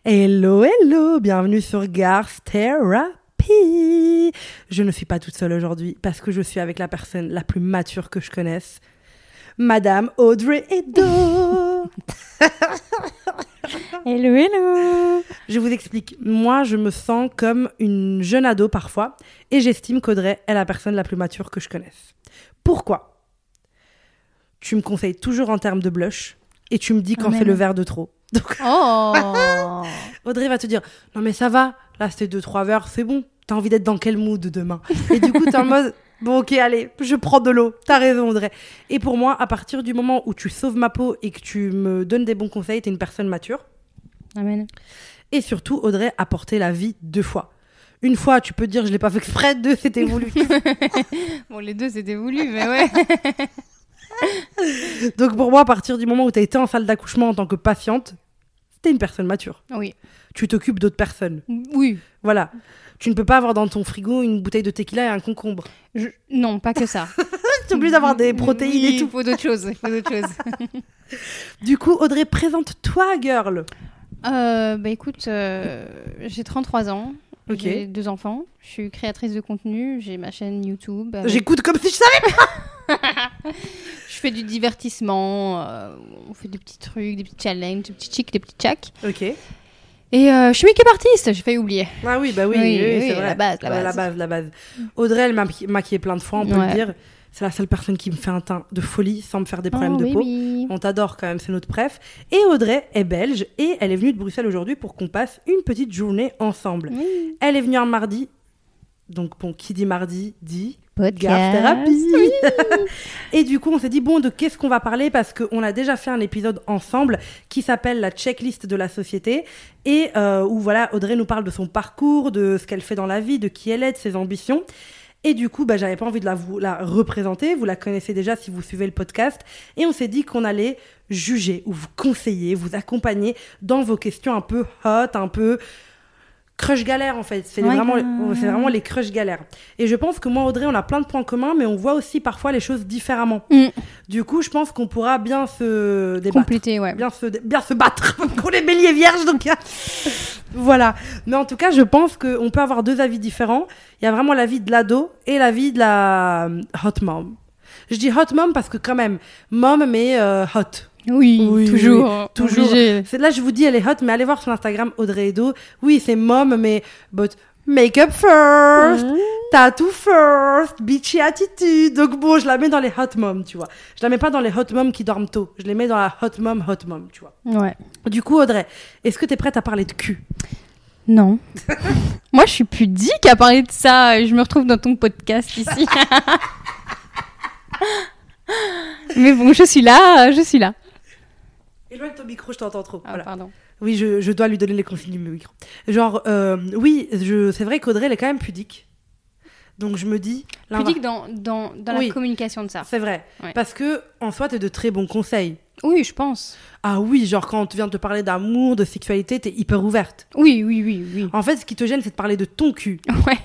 Hello, hello, bienvenue sur Garth Therapy. Je ne suis pas toute seule aujourd'hui parce que je suis avec la personne la plus mature que je connaisse, Madame Audrey Edo. Hello, hello. Je vous explique. Moi, je me sens comme une jeune ado parfois et j'estime qu'Audrey est la personne la plus mature que je connaisse. Pourquoi ? Tu me conseilles toujours en termes de blush et tu me dis quand c'est le verre de trop. Donc, Audrey va te dire « Non mais ça va, là c'était 2-3 verres, c'est bon. T'as envie d'être dans quel mood demain ?» Et du coup, t'es en mode « Bon ok, allez, je prends de l'eau. T'as raison Audrey. » Et pour moi, à partir du moment où tu sauves ma peau et que tu me donnes des bons conseils, t'es une personne mature. Amen. Et surtout, Audrey a porté la vie 2 fois. Une fois, tu peux te dire « Je l'ai pas fait exprès. 2, c'était voulu. » Bon, les 2, c'était voulu, mais ouais. Donc pour moi, à partir du moment où tu as été en salle d'accouchement en tant que patiente, t'es une personne mature. Oui. Tu t'occupes d'autres personnes. Oui. Voilà. Tu ne peux pas avoir dans ton frigo une bouteille de tequila et un concombre. Non, pas que ça. T'es obligé d'avoir des protéines et tout. Il faut d'autres choses. Du coup, Audrey, présente-toi, girl. Écoute, j'ai 33 ans. Ok. J'ai 2 enfants. Je suis créatrice de contenu. J'ai ma chaîne YouTube. J'écoute comme si je savais pas. Je fais du divertissement. On fait des petits trucs, des petits challenges, des petits chics, des petits tchaks. Ok. Et je suis make-up artiste. J'ai failli oublier. Ah oui, bah oui, c'est vrai. La base. Audrey, elle m'a maquillée plein de fois, on peut le dire. C'est la seule personne qui me fait un teint de folie sans me faire des problèmes de peau. Oui. On t'adore quand même, c'est notre préf. Et Audrey est belge et elle est venue de Bruxelles aujourd'hui pour qu'on passe une petite journée ensemble. Oui. Elle est venue un mardi. Donc bon, qui dit mardi dit Podcast. Garth Therapy. Oui. Et du coup, on s'est dit, bon, de qu'est-ce qu'on va parler ? Parce qu'on a déjà fait un épisode ensemble qui s'appelle la checklist de la société et où voilà, Audrey nous parle de son parcours, de ce qu'elle fait dans la vie, de qui elle est, de ses ambitions. Et du coup, j'avais pas envie de la représenter. Vous la connaissez déjà si vous suivez le podcast. Et on s'est dit qu'on allait juger ou vous conseiller, vous accompagner dans vos questions un peu hot, un peu crush galère en fait. C'est vraiment les crush galères. Et je pense que moi, Audrey, on a plein de points communs, mais on voit aussi parfois les choses différemment. Du coup, je pense qu'on pourra bien se débattre. Compléter, ouais. Bien se battre. Qu'on est bélier vierge, donc voilà. Mais en tout cas, je pense qu'on peut avoir 2 avis différents. Il y a vraiment l'avis de l'ado et l'avis de la hot mom. Je dis hot mom parce que quand même, mom mais hot. Oui, toujours. Toujours. Obligé. Là, je vous dis, elle est hot, mais allez voir sur Instagram Audrey Edo. Oui, c'est mom, mais but make-up first, tattoo first, bitchy attitude. Donc bon, je la mets dans les hot moms, tu vois. Je la mets pas dans les hot moms qui dorment tôt. Je les mets dans la hot mom, tu vois. Ouais. Du coup, Audrey, est-ce que t'es prête à parler de cul ? Non. Moi, je suis pudique à parler de ça. Je me retrouve dans ton podcast ici. Mais bon, je suis là. Éloigne ton micro, je t'entends trop. Ah, voilà. pardon. Oui, je dois lui donner les consignes du micro. Genre, oui, c'est vrai qu'Audrey, elle est quand même pudique. Donc je me dis... Pudique dans la communication de ça. C'est vrai. Ouais. Parce que en soi, t'es de très bons conseils. Oui, je pense. Ah oui, genre quand on vient de te parler d'amour, de sexualité, t'es hyper ouverte. Oui. En fait, ce qui te gêne, c'est de parler de ton cul. Ouais.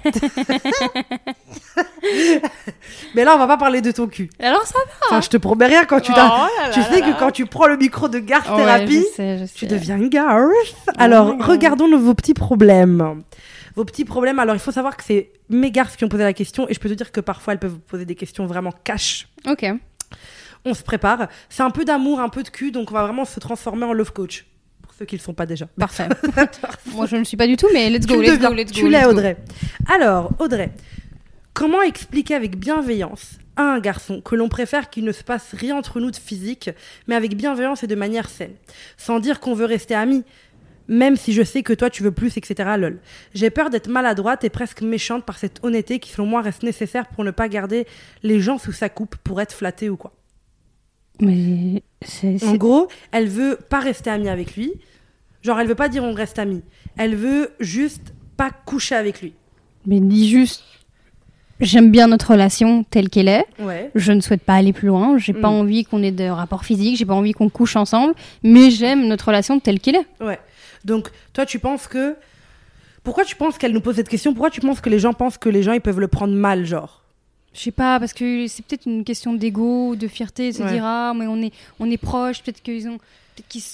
Mais là, on va pas parler de ton cul. Alors ça va. Enfin, je te promets rien quand tu sais que quand tu prends le micro de Garth Therapy, je sais. tu deviens une Garth. Alors, regardons vos petits problèmes. Vos petits problèmes, alors il faut savoir que c'est mes garces qui ont posé la question et je peux te dire que parfois elles peuvent vous poser des questions vraiment cash. Ok. On se prépare. C'est un peu d'amour, un peu de cul, donc on va vraiment se transformer en love coach. Pour ceux qui ne le sont pas déjà. Parfait. Moi je ne le suis pas du tout, mais let's go. Tu l'es, Audrey. Alors, Audrey, comment expliquer avec bienveillance à un garçon que l'on préfère qu'il ne se passe rien entre nous de physique, mais avec bienveillance et de manière saine, sans dire qu'on veut rester amis, même si je sais que toi tu veux plus, etc. Lol. J'ai peur d'être maladroite et presque méchante par cette honnêteté qui selon moi reste nécessaire pour ne pas garder les gens sous sa coupe pour être flattée ou quoi. Mais En gros, elle veut pas rester amie avec lui. Genre, elle veut pas dire on reste amis. Elle veut juste pas coucher avec lui. Mais dis juste, j'aime bien notre relation telle qu'elle est. Ouais. Je ne souhaite pas aller plus loin. J'ai pas envie qu'on ait de rapports physiques. J'ai pas envie qu'on couche ensemble. Mais j'aime notre relation telle qu'elle est. Ouais. Donc, toi, tu penses que... Pourquoi tu penses qu'elle nous pose cette question ? Pourquoi tu penses que les gens pensent que les gens, ils peuvent le prendre mal, genre ? Je sais pas, parce que c'est peut-être une question d'ego, de fierté, de se dire ah mais on est proches, peut-être qu'ils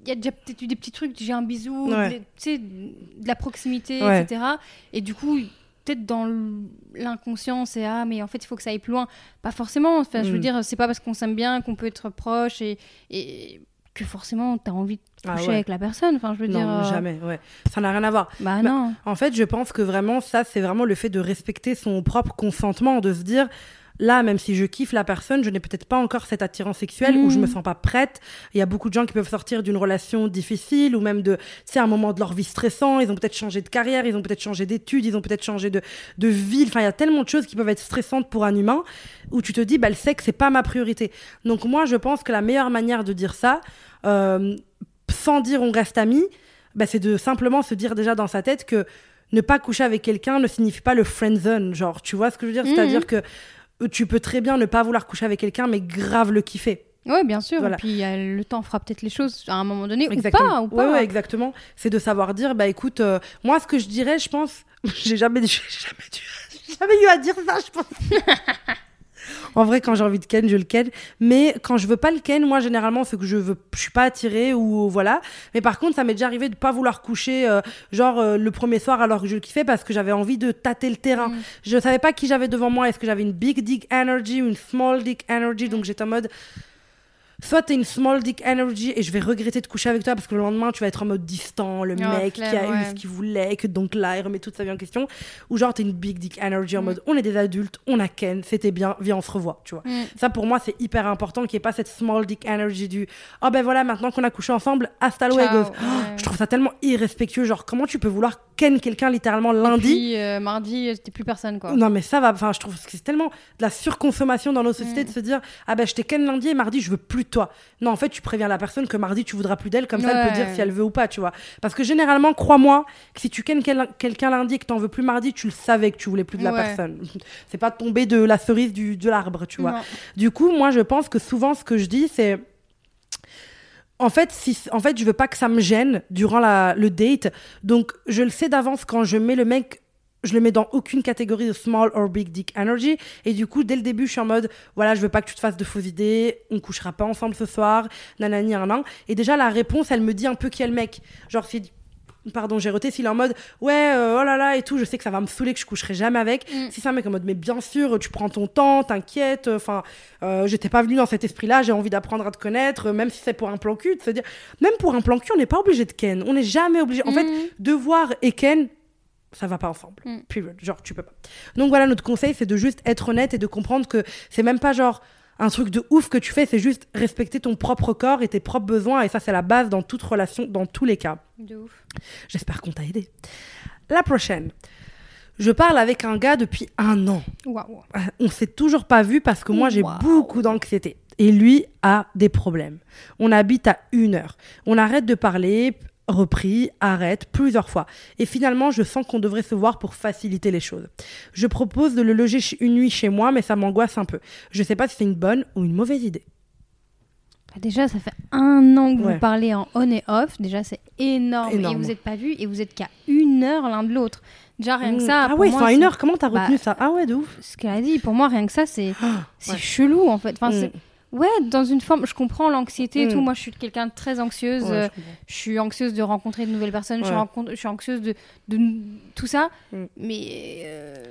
y a déjà peut-être eu des petits trucs, j'ai un bisou, Ouais. tu sais, de la proximité, Ouais. etc. Et du coup, peut-être dans l'inconscient, c'est ah, mais en fait, il faut que ça aille plus loin. Pas forcément. Enfin, je veux dire, c'est pas parce qu'on s'aime bien qu'on peut être proche et que forcément, t'as envie de coucher avec la personne. Enfin, je veux dire. Non, jamais, ouais. Ça n'a rien à voir. Bah non. En fait, je pense que vraiment, ça, c'est vraiment le fait de respecter son propre consentement, de se dire, là, même si je kiffe la personne, je n'ai peut-être pas encore cette attirance sexuelle ou je me sens pas prête. Il y a beaucoup de gens qui peuvent sortir d'une relation difficile ou même de, tu sais, un moment de leur vie stressant. Ils ont peut-être changé de carrière, ils ont peut-être changé d'études, ils ont peut-être changé de ville. Enfin, il y a tellement de choses qui peuvent être stressantes pour un humain où tu te dis, bah, le sexe, c'est pas ma priorité. Donc, moi, je pense que la meilleure manière de dire ça, sans dire on reste amis, bah, c'est de simplement se dire déjà dans sa tête que ne pas coucher avec quelqu'un ne signifie pas le friendzone. Genre, tu vois ce que je veux dire? C'est-à-dire que tu peux très bien ne pas vouloir coucher avec quelqu'un, mais grave le kiffer. Ouais, bien sûr. Voilà. Et puis le temps fera peut-être les choses à un moment donné, Exactement. ou pas. Ouais, exactement. C'est de savoir dire, bah écoute, moi ce que je dirais, je pense, j'ai jamais eu à dire ça, je pense. En vrai, quand j'ai envie de ken, je le ken. Mais quand je veux pas le ken, moi, généralement, c'est que je suis pas attirée ou voilà. Mais par contre, ça m'est déjà arrivé de pas vouloir coucher, le premier soir alors que je le kiffais parce que j'avais envie de tâter le terrain. Je savais pas qui j'avais devant moi. Est-ce que j'avais une big dick energy ou une small dick energy? Donc, j'étais en mode, soit t'es une small dick energy et je vais regretter de coucher avec toi parce que le lendemain tu vas être en mode distant, le mec qui a eu ce qu'il voulait, que donc là il remet toute sa vie en question, ou genre t'es une big dick energy en mode on est des adultes, on a ken, c'était bien, viens on se revoit, tu vois. Ça pour moi c'est hyper important qu'il n'y ait pas cette small dick energy du oh ben voilà maintenant qu'on a couché ensemble, hasta luego. Je trouve ça tellement irrespectueux, genre comment tu peux vouloir ken quelqu'un littéralement lundi et puis mardi c'était plus personne quoi. Non mais ça va, enfin je trouve que c'est tellement de la surconsommation dans nos sociétés de se dire ah ben je t'ai ken lundi et mardi je veux plus de toi. Non, en fait, tu préviens la personne que mardi, tu voudras plus d'elle, comme ça, elle peut dire si elle veut ou pas, tu vois. Parce que généralement, crois-moi, que si tu kennes quelqu'un lundi et que t'en veux plus mardi, tu le savais que tu voulais plus de la personne. C'est pas tomber de la cerise de l'arbre, tu vois. Du coup, moi, je pense que souvent, ce que je dis, c'est... En fait, je veux pas que ça me gêne durant le date. Donc, je le sais d'avance quand je mets le mec... Je le mets dans aucune catégorie de small or big dick energy. Et du coup, dès le début, je suis en mode, voilà, je veux pas que tu te fasses de fausses idées, on couchera pas ensemble ce soir, nanani, nan. Et déjà, la réponse, elle me dit un peu qui est le mec. Genre, j'ai roté, s'il est en mode, ouais, oh là là, et tout, je sais que ça va me saouler, que je coucherai jamais avec. Si c'est un mec en mode, mais bien sûr, tu prends ton temps, t'inquiète, enfin, j'étais pas venue dans cet esprit-là, j'ai envie d'apprendre à te connaître, même si c'est pour un plan cul, de se dire, même pour un plan cul, on n'est pas obligé de ken. On n'est jamais obligé. En fait, devoir et ken, ça va pas ensemble. Period. Genre, tu peux pas. Donc voilà, notre conseil, c'est de juste être honnête et de comprendre que c'est même pas genre un truc de ouf que tu fais, c'est juste respecter ton propre corps et tes propres besoins. Et ça, c'est la base dans toute relation, dans tous les cas. De ouf. J'espère qu'on t'a aidé. La prochaine. Je parle avec un gars depuis 1 an. Waouh. On s'est toujours pas vu parce que moi, j'ai beaucoup d'anxiété. Et lui a des problèmes. On habite à 1 heure. On arrête de parler... repris, arrête, plusieurs fois. Et finalement, je sens qu'on devrait se voir pour faciliter les choses. Je propose de le loger une nuit chez moi, mais ça m'angoisse un peu. Je sais pas si c'est une bonne ou une mauvaise idée. Déjà, ça fait 1 an que vous parlez en on et off. Déjà, c'est énorme. Et vous n'êtes pas vus et vous êtes qu'à 1 heure l'un de l'autre. Déjà, rien que ça. Ah ouais, enfin 1 heure, comment t'as retenu ça? Ah ouais, de ouf. Ce qu'elle a dit, pour moi, rien que ça, c'est chelou en fait. Enfin, c'est... Ouais, dans une forme, je comprends l'anxiété et tout. Moi, je suis quelqu'un de très anxieuse. Je suis anxieuse de rencontrer de nouvelles personnes. Je suis anxieuse de tout ça. Mais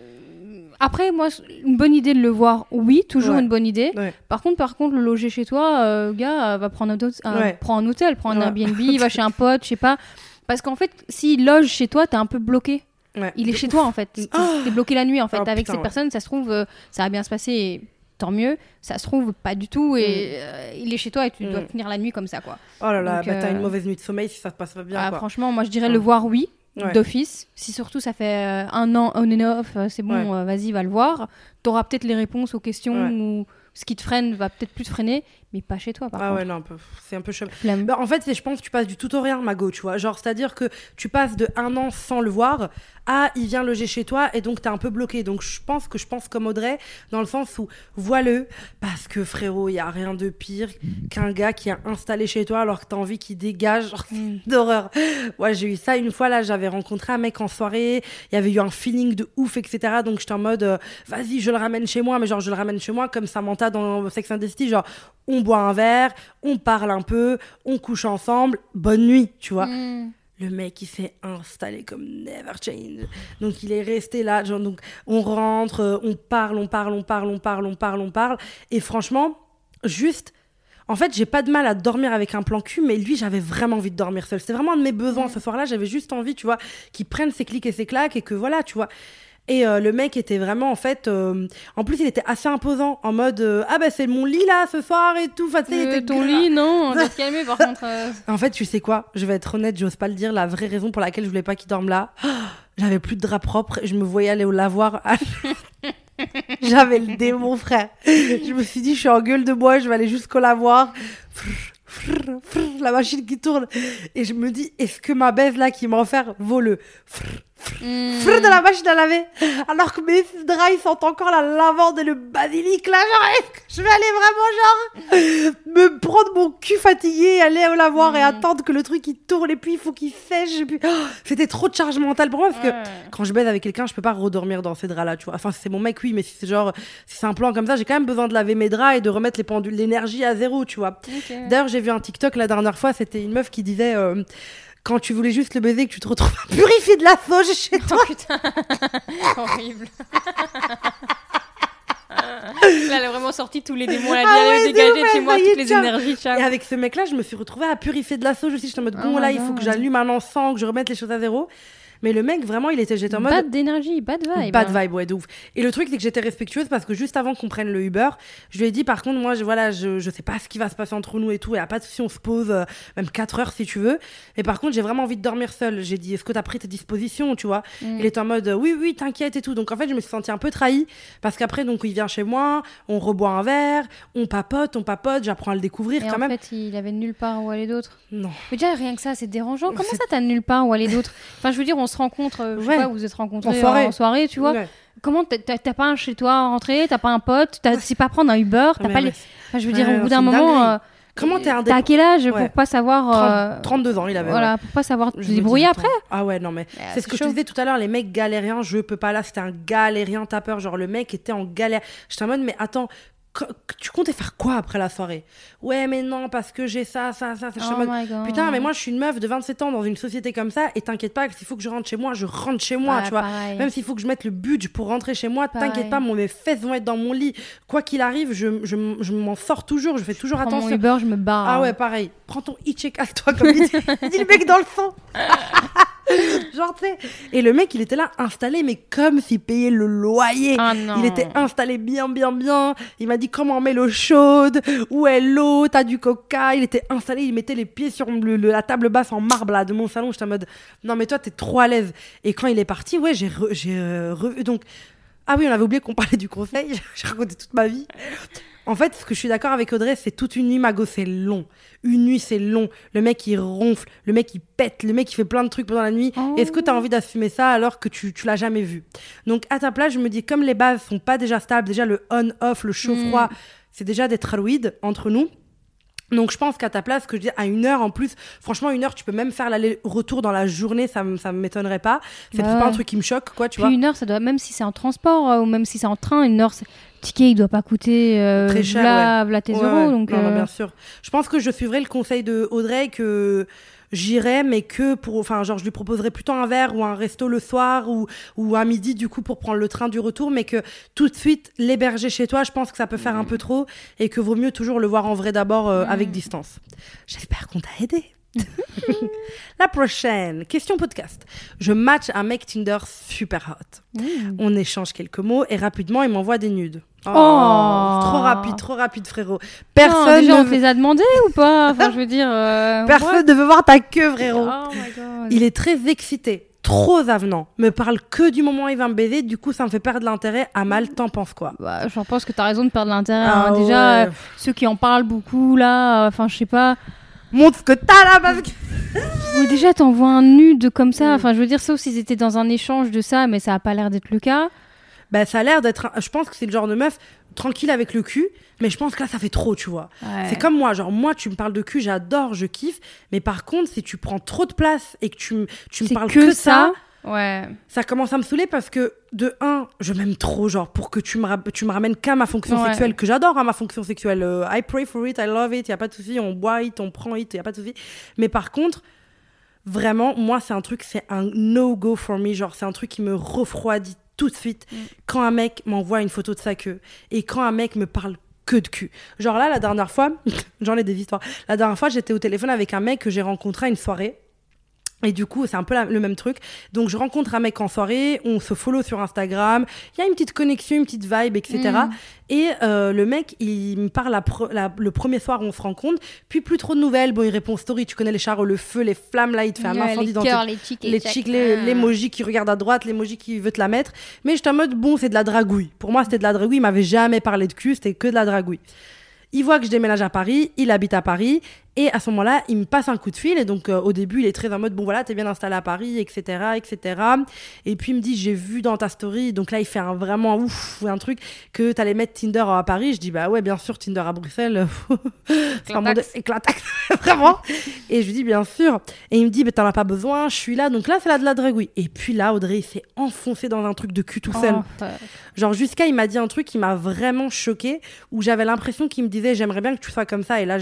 après, moi, une bonne idée de le voir, oui, toujours une bonne idée. Par contre, le loger chez toi, gars, va prendre prends un hôtel, prends un Airbnb, va chez un pote, je sais pas. Parce qu'en fait, s'il loge chez toi, t'es un peu bloqué. Il est chez toi, en fait. T'es bloqué la nuit, en fait. Avec cette personne, ça se trouve, ça va bien se passer. Et tant mieux, ça se trouve pas du tout et il est chez toi et tu dois tenir la nuit comme ça quoi. Oh là là, t'as une mauvaise nuit de sommeil si ça se passe pas bien quoi. Franchement, moi je dirais le voir d'office. Si surtout ça fait 1 an on and off, c'est bon, vas-y, va le voir. T'auras peut-être les réponses aux questions ou ce qui te freine va peut-être plus te freiner, mais pas chez toi par contre. Ah ouais, non, c'est un peu chaud. Bah, en fait, je pense que tu passes du tout au rien, Mago, tu vois. Genre, c'est-à-dire que tu passes de 1 an sans le voir à il vient loger chez toi et donc t'es un peu bloqué. Donc je pense comme Audrey, dans le sens où vois-le, parce que frérot, il y a rien de pire qu'un gars qui est installé chez toi alors que t'as envie qu'il dégage. Genre, d'horreur. Ouais, j'ai eu ça une fois, là, j'avais rencontré un mec en soirée, il y avait eu un feeling de ouf, etc. Donc j'étais en mode, vas-y, je le ramène chez moi, mais genre je le ramène chez moi comme Samantha dans Sex and the City, genre on boit un verre, on parle un peu, on couche ensemble, bonne nuit, tu vois. Le mec, il s'est installé comme never change. Donc, il est resté là. Genre, donc, on rentre, on parle. Et franchement, juste... En fait, j'ai pas de mal à dormir avec un plan cul, mais lui, j'avais vraiment envie de dormir seul. C'était vraiment un de mes besoins ce soir-là. J'avais juste envie, tu vois, qu'il prenne ses clics et ses claques et que voilà, tu vois. Et le mec était vraiment, en fait... en plus, il était assez imposant, en mode... ah bah, c'est mon lit, là, ce soir, et tout. Enfin, tu sais, il était ton lit, non, on va se calmer, par contre. En fait, tu sais quoi ? Je vais être honnête, j'ose pas le dire. La vraie raison pour laquelle je voulais pas qu'il dorme là, j'avais plus de drap propre et je me voyais aller au lavoir. J'avais le démon, frère. Je me suis dit, je suis en gueule de bois, je vais aller jusqu'au lavoir. La machine qui tourne. Et je me dis, est-ce que ma baise là qui m'a offert vaut le de la machine à laver, alors que mes draps sentent encore la lavande et le basilic là, genre est-ce que je vais aller vraiment genre me prendre mon cul fatigué, aller au lavoir et attendre que le truc il tourne et puis il faut qu'il sèche et puis c'était trop de charge mentale pour moi parce que quand je baise avec quelqu'un je peux pas redormir dans ces draps là, tu vois. Enfin si c'est mon mec oui, mais si c'est genre si c'est un plan comme ça, j'ai quand même besoin de laver mes draps et de remettre les pendules d'énergie à zéro, tu vois. D'ailleurs j'ai vu un TikTok la dernière fois, c'était une meuf qui disait quand tu voulais juste le baiser, que tu te retrouves à purifier de la sauge chez toi. Oh putain, horrible. Là, elle a vraiment sorti tous les démons. Elle a dégagé de chez moi toutes les énergies. Ciao. Et avec ce mec-là, je me suis retrouvée à purifier de la sauge aussi. J'étais en mode, bon, là, il faut que j'allume un encens, que je remette les choses à zéro. Mais le mec, vraiment, j'étais en mode... Bad d'énergie, bad vibe. Bad vibe, ouais, de ouf. Et le truc, c'est que j'étais respectueuse parce que juste avant qu'on prenne le Uber, je lui ai dit, par contre, moi, je sais pas ce qui va se passer entre nous et tout. Et à pas de souci, on se pose même 4 heures si tu veux. Et par contre, j'ai vraiment envie de dormir seule. J'ai dit, est-ce que t'as pris tes dispositions, tu vois? Il était en mode, oui, t'inquiète et tout. Donc, en fait, je me suis sentie un peu trahie parce qu'après, donc, il vient chez moi, on reboit un verre, on papote, j'apprends à le découvrir et quand même. En fait, il avait nulle part où aller d'autre. Non. Mais déjà, rien que ça, c'est dérangeant. Comment ça, t'as nulle part où aller d'autre? Enfin, je veux dire, on se rencontre, je sais pas, vous êtes rencontrés en soirée, tu vois. Ouais. Comment t'as pas un chez toi à rentrer, t'as pas un pote, c'est pas prendre un Uber, t'as pas les... Enfin, je veux dire, au bout d'un moment... Comment t'as à quel âge pour pas savoir 32 ans il avait. Voilà, pour pas savoir se débrouiller après. Ah ouais, non mais c'est ce que je te disais tout à l'heure, les mecs galériens, je peux pas là, c'était un galérien tapeur, genre le mec était en galère. J'étais en mode mais attends, tu comptais faire quoi après la soirée? Ouais, mais non, parce que j'ai ça. Putain, mais moi, je suis une meuf de 27 ans dans une société comme ça, et t'inquiète pas, s'il faut que je rentre chez moi, je rentre chez moi, tu vois. Pareil. Même s'il faut que je mette le budget pour rentrer chez moi, t'inquiète pas, mes fesses vont être dans mon lit. Quoi qu'il arrive, je m'en sors toujours, je fais toujours attention. Mon Uber, je me barre. Ah ouais, pareil. Prends ton e-check à toi, comme il dit le mec dans le fond. Genre, tu sais. Et le mec, il était là, installé, mais comme s'il payait le loyer. Ah non. Il était installé bien. Il m'a dit comment on met l'eau chaude, où est l'eau, t'as du coca. Il était installé, il mettait les pieds sur la table basse en marbre là, de mon salon. J'étais en mode, non, mais toi, t'es trop à l'aise. Et quand il est parti, ouais, j'ai revu. Donc, ah oui, on avait oublié qu'on parlait du conseil. J'ai raconté toute ma vie. En fait, ce que je suis d'accord avec Audrey, c'est toute une nuit, Mago, c'est long. Une nuit, c'est long. Le mec, il ronfle. Le mec, il pète. Le mec, il fait plein de trucs pendant la nuit. Oh. Est-ce que tu as envie d'assumer ça alors que tu l'as jamais vu? Donc, à ta place, je me dis, comme les bases sont pas déjà stables, déjà le on-off, le chaud-froid, c'est déjà des tralouides entre nous. Donc, je pense qu'à ta place, que je dis à 1 heure en plus, franchement, 1 heure, tu peux même faire l'aller-retour dans la journée, ça m'étonnerait pas. C'est pas un truc qui me choque, quoi, tu vois. 1 heure, ça doit, même si c'est en transport ou même si c'est en train, 1 heure, ticket, il doit pas coûter très cher, v'là tes euros. Donc, non, bien sûr. Je pense que je suivrai le conseil de Audrey que j'irai, mais que je lui proposerai plutôt un verre ou un resto le soir ou à midi, du coup, pour prendre le train du retour, mais que tout de suite, l'héberger chez toi, je pense que ça peut faire un peu trop et que vaut mieux toujours le voir en vrai d'abord avec distance. J'espère qu'on t'a aidé. La prochaine question podcast. Je match un mec Tinder super hot. On échange quelques mots et rapidement il m'envoie des nudes. Trop rapide frérot. Personne déjà on te les a demandé ou pas? Enfin je veux dire personne ne veut voir ta queue frérot. Oh my God. Il est très excité, trop avenant, me parle que du moment où il va me baiser, du coup ça me fait perdre l'intérêt. Amal, t'en penses quoi? J'en pense que t'as raison de perdre l'intérêt. Déjà ceux qui en parlent beaucoup là, enfin je sais pas, montre ce que t'as là parce que... déjà t'envoies un nude comme ça, enfin je veux dire, sauf s'ils étaient dans un échange de ça, mais ça a pas l'air d'être le cas. Bah ça a l'air d'être je pense que c'est le genre de meuf tranquille avec le cul, mais je pense que là ça fait trop, tu vois. C'est comme moi, genre moi tu me parles de cul, j'adore, je kiffe, mais par contre si tu prends trop de place et que tu me parles que ça, Ouais. Ça commence à me saouler parce que, de un, je m'aime trop, genre, pour que tu me ramènes qu'à ma fonction sexuelle, que j'adore, ma fonction sexuelle. I pray for it, I love it, y a pas de souci, on boit it, on prend it, y a pas de souci. Mais par contre, vraiment, moi, c'est un no-go for me. Genre, c'est un truc qui me refroidit tout de suite quand un mec m'envoie une photo de sa queue et quand un mec me parle que de cul. Genre là, la dernière fois, j'en ai des histoires. La dernière fois, j'étais au téléphone avec un mec que j'ai rencontré à une soirée. Et du coup, c'est un peu le même truc. Donc, je rencontre un mec en soirée, on se follow sur Instagram, il y a une petite connexion, une petite vibe, etc. Et le mec, il me parle le premier soir où on se rencontre, puis plus trop de nouvelles. Bon, il répond story, tu connais les chars, le feu, les flammes, là, il te fait un incendie dans les cheeks, l'emoji qui regarde à droite, l'emoji qui veut te la mettre. Mais j'étais en mode, bon, c'est de la dragouille. Pour moi, c'était de la dragouille, il m'avait jamais parlé de cul, c'était que de la dragouille. Il voit que je déménage à Paris, il habite à Paris, et à ce moment-là, il me passe un coup de fil, et donc au début, il est très en mode, bon voilà, t'es bien installé à Paris, etc., etc. Et puis il me dit, j'ai vu dans ta story, donc là, il fait un truc, que t'allais mettre Tinder à Paris. Je dis, bah ouais, bien sûr, Tinder à Bruxelles, c'est un monde éclataxe, vraiment. Et je lui dis, bien sûr. Et il me dit, bah t'en as pas besoin, je suis là, donc là, c'est là de la dragouille. Et puis là, Audrey, il s'est enfoncé dans un truc de cul tout seul. Genre, jusqu'à, il m'a dit un truc qui m'a vraiment choquée, où j'avais l'impression qu'il me disait, j'aimerais bien que tu sois comme ça, et là,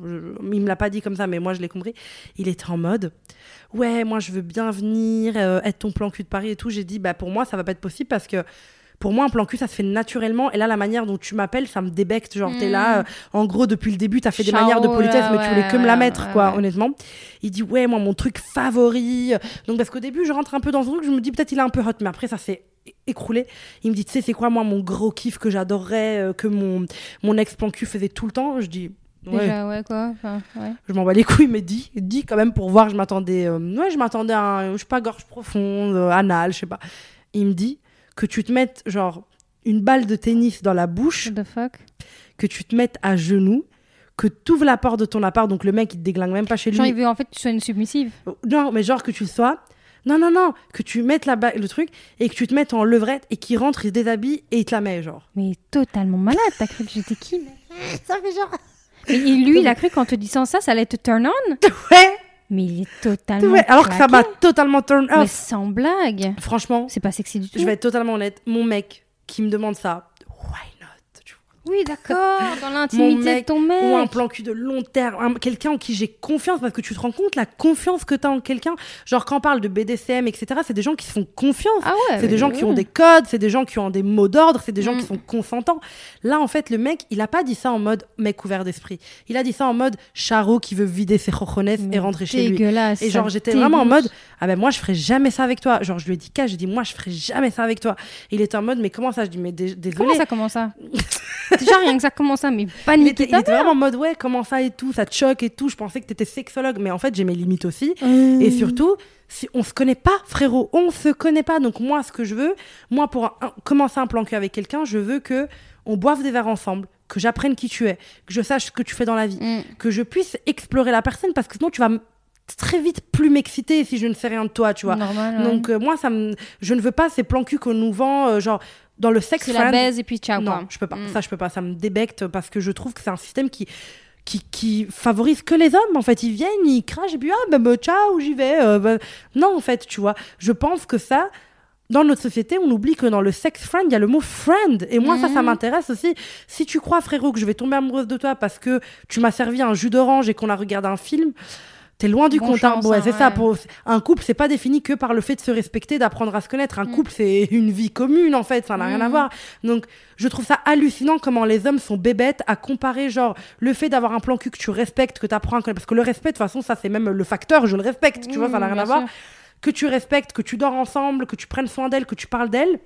il me l'a pas dit comme ça, mais moi je l'ai compris. Il était en mode, ouais, moi je veux bien venir être ton plan cul de Paris et tout. J'ai dit, bah pour moi ça va pas être possible parce que pour moi un plan cul ça se fait naturellement, et là la manière dont tu m'appelles ça me débecte, genre t'es là, en gros depuis le début t'as fait des manières de politesse, mais tu voulais que me la mettre, quoi, honnêtement. Il dit, ouais, moi mon truc favori, donc parce qu'au début je rentre un peu dans ce truc, je me dis peut-être il est un peu hot, mais après ça s'est écroulé. Il me dit, tu sais c'est quoi moi mon gros kiff que j'adorerais, que mon ex plan cul faisait tout le temps. Je dis, déjà, ouais, quoi. Enfin, ouais. Je m'en bats les couilles, mais dis quand même pour voir. Je m'attendais à je sais pas, gorge profonde, anal, je sais pas. Il me dit que tu te mettes genre une balle de tennis dans la bouche, what the fuck, que tu te mettes à genoux, que tu ouvres la porte de ton appart, donc le mec il te déglingue même pas chez lui. Genre il veut en fait que tu sois une submissive. Non, mais genre que tu sois. Non, que tu mettes le truc et que tu te mettes en levrette et qu'il rentre, il se déshabille et il te la met, genre. Mais totalement malade, t'as cru que j'étais qui, mec? Ça fait genre. Et lui, il a cru qu'en te disant ça allait te turn on. Ouais. Mais il est totalement. Ouais, alors que ça m'a totalement turn off. Mais sans blague. Franchement. C'est pas sexy du tout. Je vais être totalement honnête. Mon mec qui me demande ça, why not? Oui, d'accord. Dans l'intimité de ton mec. Ou un plan cul de long terme. Quelqu'un en qui j'ai confiance, parce que tu te rends compte la confiance que t'as en quelqu'un. Genre, quand on parle de BDSM, etc., c'est des gens qui se font confiance. Ah ouais, c'est des gens qui ont des codes, c'est des gens qui ont des mots d'ordre, c'est des gens qui sont consentants. Là, en fait, le mec, il a pas dit ça en mode mec ouvert d'esprit. Il a dit ça en mode charo qui veut vider ses cojones et rentrer chez lui. Et genre, j'étais vraiment en mode, ah ben moi, je ferais jamais ça avec toi. Genre, je lui ai dit, j'ai dit, moi, je ferais jamais ça avec toi. Et il était en mode, mais comment ça? Je dis, mais désolé. Comment ça Déjà, rien que ça, comment ça? Mais paniquer. Il était vraiment en mode, ouais, comment ça et tout, ça te choque et tout. Je pensais que t'étais sexologue, mais en fait, j'ai mes limites aussi. Et surtout, si on se connaît pas, frérot, on se connaît pas. Donc moi, ce que je veux, pour commencer un plan cul avec quelqu'un, je veux que on boive des verres ensemble, que j'apprenne qui tu es, que je sache ce que tu fais dans la vie, que je puisse explorer la personne, parce que sinon tu vas très vite plus m'exciter si je ne sais rien de toi, tu vois. Normal, donc moi, je ne veux pas ces plans cul qu'on nous vend, genre dans le sex friend. C'est la baise et puis ciao. Non, je peux pas. Ça, je peux pas. Ça me débecte parce que je trouve que c'est un système qui favorise que les hommes. En fait, ils viennent, ils crachent et puis ciao, j'y vais. Non, en fait, tu vois. Je pense que ça, dans notre société, on oublie que dans le sex friend, il y a le mot friend. Et moi, ça m'intéresse aussi. Si tu crois, frérot, que je vais tomber amoureuse de toi parce que tu m'as servi un jus d'orange et qu'on a regardé un film, t'es loin du compte. Ouais, c'est ça. Pour un couple, c'est pas défini que par le fait de se respecter, d'apprendre à se connaître. Un couple, c'est une vie commune, en fait. Ça n'a rien à voir. Donc, je trouve ça hallucinant comment les hommes sont bébêtes à comparer, genre, le fait d'avoir un plan cul que tu respectes, que t'apprends à connaître. Parce que le respect, de toute façon, ça, c'est même le facteur. Je le respecte. Tu vois, ça n'a rien à voir. Que tu respectes, que tu dors ensemble, que tu prennes soin d'elle, que tu parles d'elle.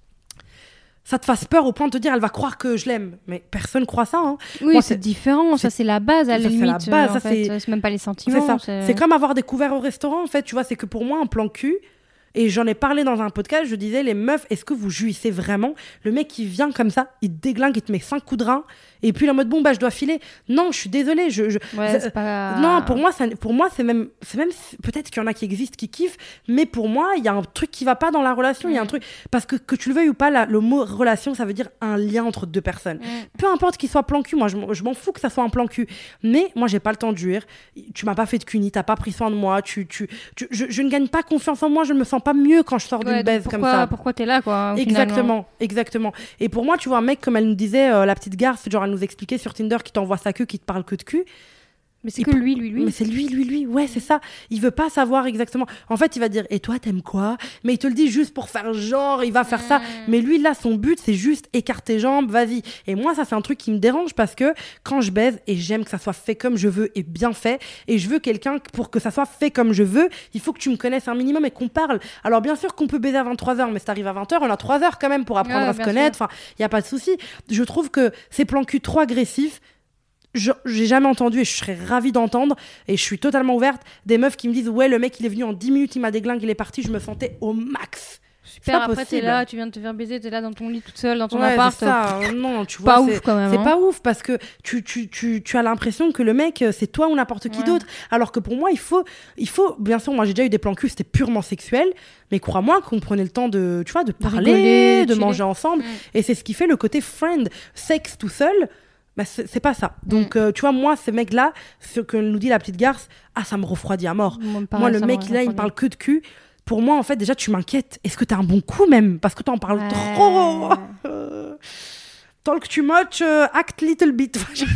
Ça te fasse peur au point de te dire elle va croire que je l'aime, mais personne croit ça, hein. Oui, moi, c'est différent, ça c'est la base à la limite, c'est la base, c'est même pas les sentiments, c'est comme avoir des couverts au restaurant, en fait, tu vois. C'est que pour moi un plan cul, et j'en ai parlé dans un podcast, je disais, les meufs, est-ce que vous jouissez vraiment? Le mec qui vient comme ça, il te déglingue, il te met 5 coups de rein, et puis il est en mode bon bah je dois filer. Non, je suis désolée, c'est pas... Non, pour moi c'est même peut-être qu'il y en a qui existent, qui kiffent, mais pour moi il y a un truc qui va pas dans la relation. Il y a un truc, parce que tu le veuilles ou pas, le mot relation, ça veut dire un lien entre deux personnes. Peu importe qu'il soit plan cul, moi je m'en fous que ça soit un plan cul, mais moi j'ai pas le temps de jouir. Tu m'as pas fait de cuni, t'as pas pris soin de moi, je ne gagne pas confiance en moi, je me sens sens pas mieux quand je sors d'une baise comme ça. Pourquoi t'es là, quoi? Exactement. Et pour moi, tu vois, un mec, comme elle nous disait, la petite garce, genre, elle nous expliquait sur Tinder qui t'envoie sa queue, qui te parle que de cul. Mais c'est que lui. Mais c'est lui. Ouais, c'est ça. Il veut pas savoir exactement. En fait, il va dire, et toi, t'aimes quoi? Mais il te le dit juste pour faire genre, il va faire ça. Mais lui, là, son but, c'est juste écarter jambes, vas-y. Et moi, ça, c'est un truc qui me dérange parce que quand je baise, et j'aime que ça soit fait comme je veux et bien fait, et je veux quelqu'un, pour que ça soit fait comme je veux, il faut que tu me connaisses un minimum et qu'on parle. Alors, bien sûr qu'on peut baiser à 23h, mais si t'arrives à 20h, on a 3 heures quand même pour apprendre à se connaître. Enfin, il y a pas de souci. Je trouve que ces plans cul trop agressifs, j'ai jamais entendu, et je serais ravie d'entendre, et je suis totalement ouverte, des meufs qui me disent ouais, le mec il est venu en 10 minutes, il m'a déglingué, il est parti, je me sentais au max. Super, après t'es là, tu viens de te faire baiser, t'es là dans ton lit toute seule, dans ton appart. C'est ça. Non, tu vois, pas ouf quand même. C'est pas ouf parce que tu as l'impression que le mec c'est toi ou n'importe qui d'autre, alors que pour moi il faut, bien sûr, moi j'ai déjà eu des plans cul, c'était purement sexuel, mais crois-moi qu'on prenait le temps de, tu vois, de parler, rigoler, de manger ensemble, et c'est ce qui fait le côté friend. Sexe tout seul, bah c'est pas ça. Donc tu vois, moi ces mecs là, ce que nous dit la petite garce, ça me refroidit à mort. Moi le mec là, il me parle que de cul. Pour moi en fait déjà tu m'inquiètes, est-ce que t'as un bon coup même, parce que t'en parles trop. Talk too much, act little bit.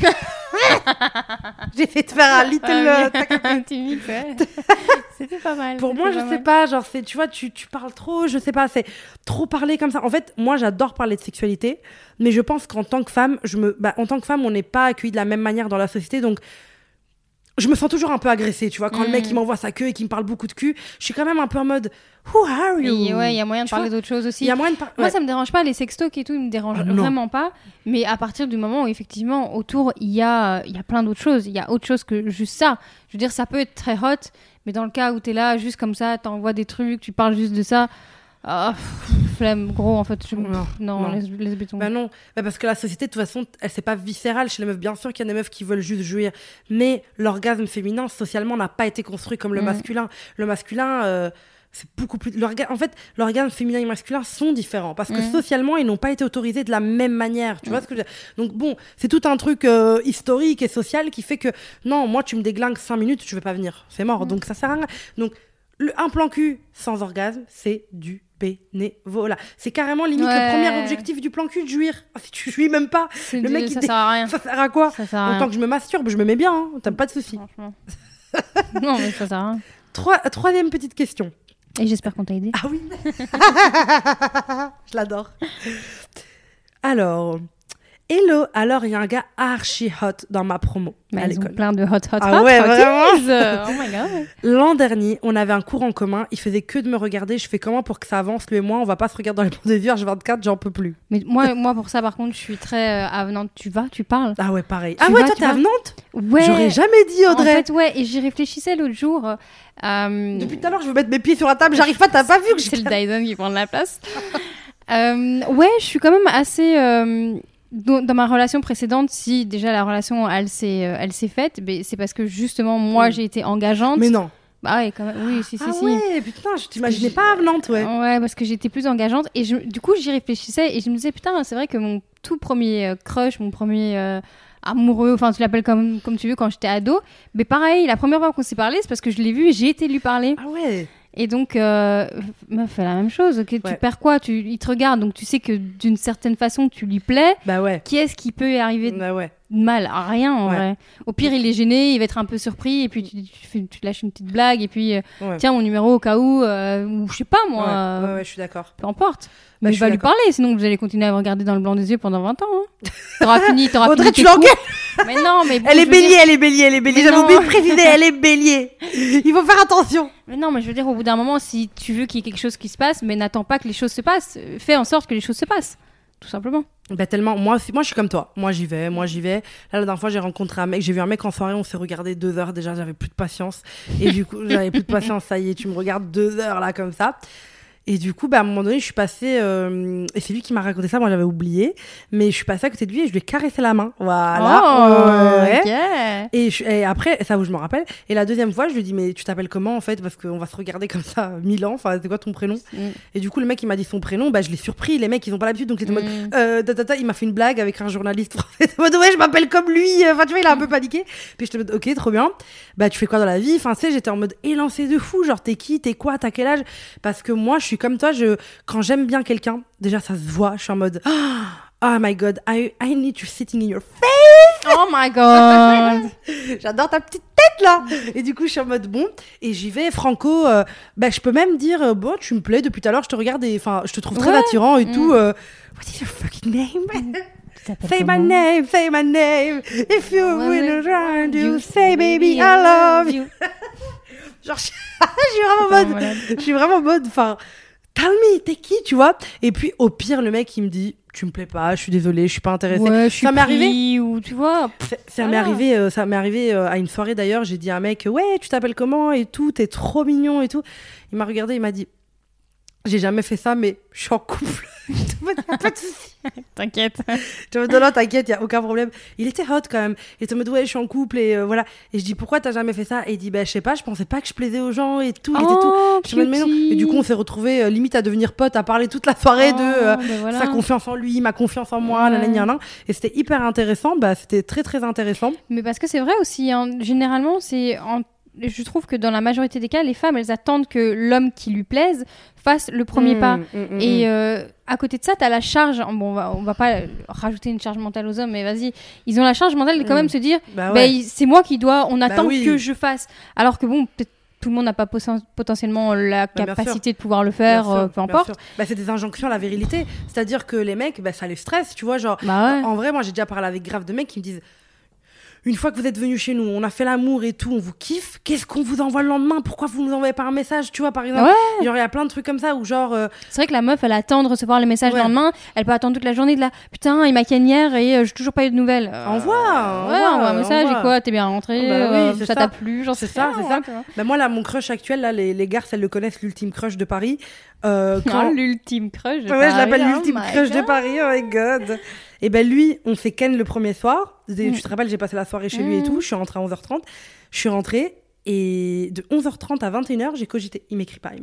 J'ai fait te faire un little c'était pas mal. Pour moi, je sais pas, genre c'est, tu vois, tu parles trop, je sais pas, c'est trop parler comme ça. En fait, moi j'adore parler de sexualité, mais je pense qu'en tant que femme, en tant que femme, on n'est pas accueillis de la même manière dans la société, donc je me sens toujours un peu agressée, tu vois, quand le mec il m'envoie sa queue et qu'il me parle beaucoup de cul, je suis quand même un peu en mode who are you? Et ouais, il y a moyen de parler d'autres choses aussi. Moi ça me dérange pas, les sextoks et tout, ils me dérangent vraiment pas, mais à partir du moment où effectivement autour il y a plein d'autres choses, il y a autre chose que juste ça. Je veux dire, ça peut être très hot, mais dans le cas où t'es là juste comme ça, t'envoies des trucs, tu parles juste de ça, flemme, gros, en fait. Non. Laisse béton. Bah non, parce que la société, de toute façon, elle c'est pas viscérale chez les meufs. Bien sûr qu'il y a des meufs qui veulent juste jouir, mais l'orgasme féminin, socialement, n'a pas été construit comme le masculin. Le masculin, c'est beaucoup plus... En fait, l'orgasme féminin et masculin sont différents, parce que socialement, ils n'ont pas été autorisés de la même manière. Tu vois ce que je veux dire? Donc bon, c'est tout un truc historique et social qui fait que, non, moi, tu me déglingues 5 minutes, je vais pas venir. C'est mort, donc ça sert à rien. Donc, un plan cul sans orgasme, c'est du bénévolat. C'est carrément limite le premier objectif du plan cul, de jouir. Si tu jouis même pas, le mec ça sert à rien. Ça sert à quoi? Autant que je me masturbe, je me mets bien, hein. T'as pas de soucis. Non, mais ça sert à rien. Troisième petite question. Et j'espère qu'on t'a aidé. Ah oui. Je l'adore. Alors, hello, alors il y a un gars archi hot dans ma promo à l'école. Plein de hot. Ouais, vraiment. Oh my god. L'an dernier, on avait un cours en commun, il faisait que de me regarder, je fais comment pour que ça avance, lui et moi, on va pas se regarder dans les bons des yeux, H24, j'en peux plus. Mais moi pour ça par contre, je suis très avenante. Tu parles. Ah ouais, pareil. Toi t'es avenante? Ouais. J'aurais jamais dit, Audrey. En fait, ouais, et j'y réfléchissais l'autre jour. Depuis tout à l'heure, je veux mettre mes pieds sur la table, j'arrive pas, t'as pas vu que c'est le Dyson qui prend de la place. Ouais, je suis quand même assez... Dans ma relation précédente, si déjà la relation elle s'est faite, c'est parce que justement moi j'ai été engageante. Mais non. Bah ouais, quand même. Oui, si. Ouais, putain, je t'imaginais pas avenante, ouais. Ouais, parce que j'étais plus engageante et du coup j'y réfléchissais et je me disais putain, c'est vrai que mon tout premier crush, mon premier amoureux, enfin tu l'appelles comme tu veux, quand j'étais ado, mais pareil, la première fois qu'on s'est parlé, c'est parce que je l'ai vu et j'ai été lui parler. Ah ouais. Et donc, meuf fait la même chose. Okay, tu perds quoi? Il te regarde, donc tu sais que d'une certaine façon, tu lui plais. Bah ouais. Qu'est-ce qui peut y arriver de mal? Rien, en vrai. Au pire, il est gêné, il va être un peu surpris, et puis tu lâches une petite blague, et puis tiens, mon numéro au cas où, ou je sais pas, moi. Ouais, je suis d'accord. Peu importe. Mais je vais lui parler, sinon vous allez continuer à me regarder dans le blanc des yeux pendant 20 ans. Hein. T'auras fini Audrey, tes tu l'engueules. Mais non, mais bon, elle est bélier. J'avais oublié de préciser, elle est bélier. Il faut faire attention. Mais non, mais je veux dire, au bout d'un moment, si tu veux qu'il y ait quelque chose qui se passe, mais n'attends pas que les choses se passent. Fais en sorte que les choses se passent. Tout simplement. Tellement. Moi, je suis comme toi. Moi, j'y vais. Là, la dernière fois, j'ai rencontré un mec. J'ai vu un mec en soirée. On s'est regardé 2 heures. Déjà, j'avais plus de patience. Et du coup, j'avais plus de patience. Ça y est, tu me regardes 2 heures, là, comme ça. Et du coup, bah, à un moment donné, je suis passée, et c'est lui qui m'a raconté ça, moi j'avais oublié, mais je suis passée à côté de lui et je lui ai caressé la main. Voilà. Ouais. Et après, ça où je me rappelle. Et la deuxième fois, je lui ai dit, mais tu t'appelles comment en fait? Parce qu'on va se regarder comme ça 1000 ans. Enfin, c'est quoi ton prénom? Et du coup, le mec, il m'a dit son prénom, bah, je l'ai surpris. Les mecs, ils ont pas l'habitude, donc il était en mode, il m'a fait une blague avec un journaliste français. En mode, ouais, je m'appelle comme lui. Enfin, tu vois, il a un peu paniqué. Puis je te dis, ok, trop bien. Bah, tu fais quoi dans la vie? Enfin, tu sais, j'étais en mode élancé de fou. Genre, t'es qui? T'es quoi? T'as quel âge? Parce que moi, je suis comme toi, quand j'aime bien quelqu'un, déjà ça se voit, je suis en mode oh my god, I need you sitting in your face. Oh my god. J'adore ta petite tête là. Et du coup, je suis en mode bon, et j'y vais franco, bah je peux même dire bon, tu me plais depuis tout à l'heure, je te regarde et enfin, je te trouve très attirant et tout. What is your fucking name? Say my name, say my name. If you win around you, say baby I love you. Genre, je suis vraiment en mode, enfin, tell me, t'es qui, tu vois? Et puis, au pire, le mec, il me dit, tu me plais pas, je suis désolée, je suis pas intéressée. Ouais, ça m'est arrivé, ou tu vois. Ça m'est arrivé à une soirée d'ailleurs, j'ai dit à un mec, ouais, tu t'appelles comment et tout, t'es trop mignon et tout. Il m'a regardé, il m'a dit, j'ai jamais fait ça, mais je suis en couple. Pas de soucis. T'inquiète. Je me dis, non, t'inquiète, y a aucun problème. Il était hot quand même. Il était en mode, ouais, je suis en couple et voilà. Et je dis, pourquoi t'as jamais fait ça? Et il dit, bah, je sais pas, je pensais pas que je plaisais aux gens et tout. Il était tout. Je me dis, mais non. Et du coup, on s'est retrouvés limite à devenir potes, à parler toute la soirée de sa confiance en lui, ma confiance en moi, et c'était hyper intéressant. Bah, c'était très, très intéressant. Mais parce que c'est vrai aussi, hein, généralement, je trouve que dans la majorité des cas, les femmes, elles attendent que l'homme qui lui plaise fasse le premier pas. Et à côté de ça, t'as la charge. Bon, on va pas rajouter une charge mentale aux hommes, mais vas-y. Ils ont la charge mentale de quand même se dire, c'est moi qui dois. On attend que je fasse. Alors que bon, peut-être tout le monde n'a pas potentiellement la capacité de pouvoir le faire, peu importe. Bah, c'est des injonctions à la virilité. C'est-à-dire que les mecs, bah, ça les stresse, tu vois. Genre, en vrai, moi, j'ai déjà parlé avec grave de mecs qui me disent. Une fois que vous êtes venus chez nous, on a fait l'amour et tout, on vous kiffe. Qu'est-ce qu'on vous envoie le lendemain? Pourquoi vous nous envoyez pas un message? Tu vois, par exemple, il y a plein de trucs comme ça où genre. C'est vrai que la meuf, elle attend de recevoir les messages le lendemain. Elle peut attendre toute la journée de là. Putain, il m'a ken hier et j'ai toujours pas eu de nouvelles. Envoie un message et quoi? T'es bien rentré? Ça t'a plu? Genre c'est ça. Bah moi là, mon crush actuel là, les garces elles le connaissent, l'ultime crush de Paris. L'ultime crush de Paris. Ouais, je l'appelle l'ultime crush de Paris. Oh my god. Et ben lui, on s'est ken le premier soir. Tu te rappelles, j'ai passé la soirée chez lui et tout. Je suis rentrée à 11h30. Je suis rentrée et de 11h30 à 21h, j'ai cogité. Il m'écrit pas.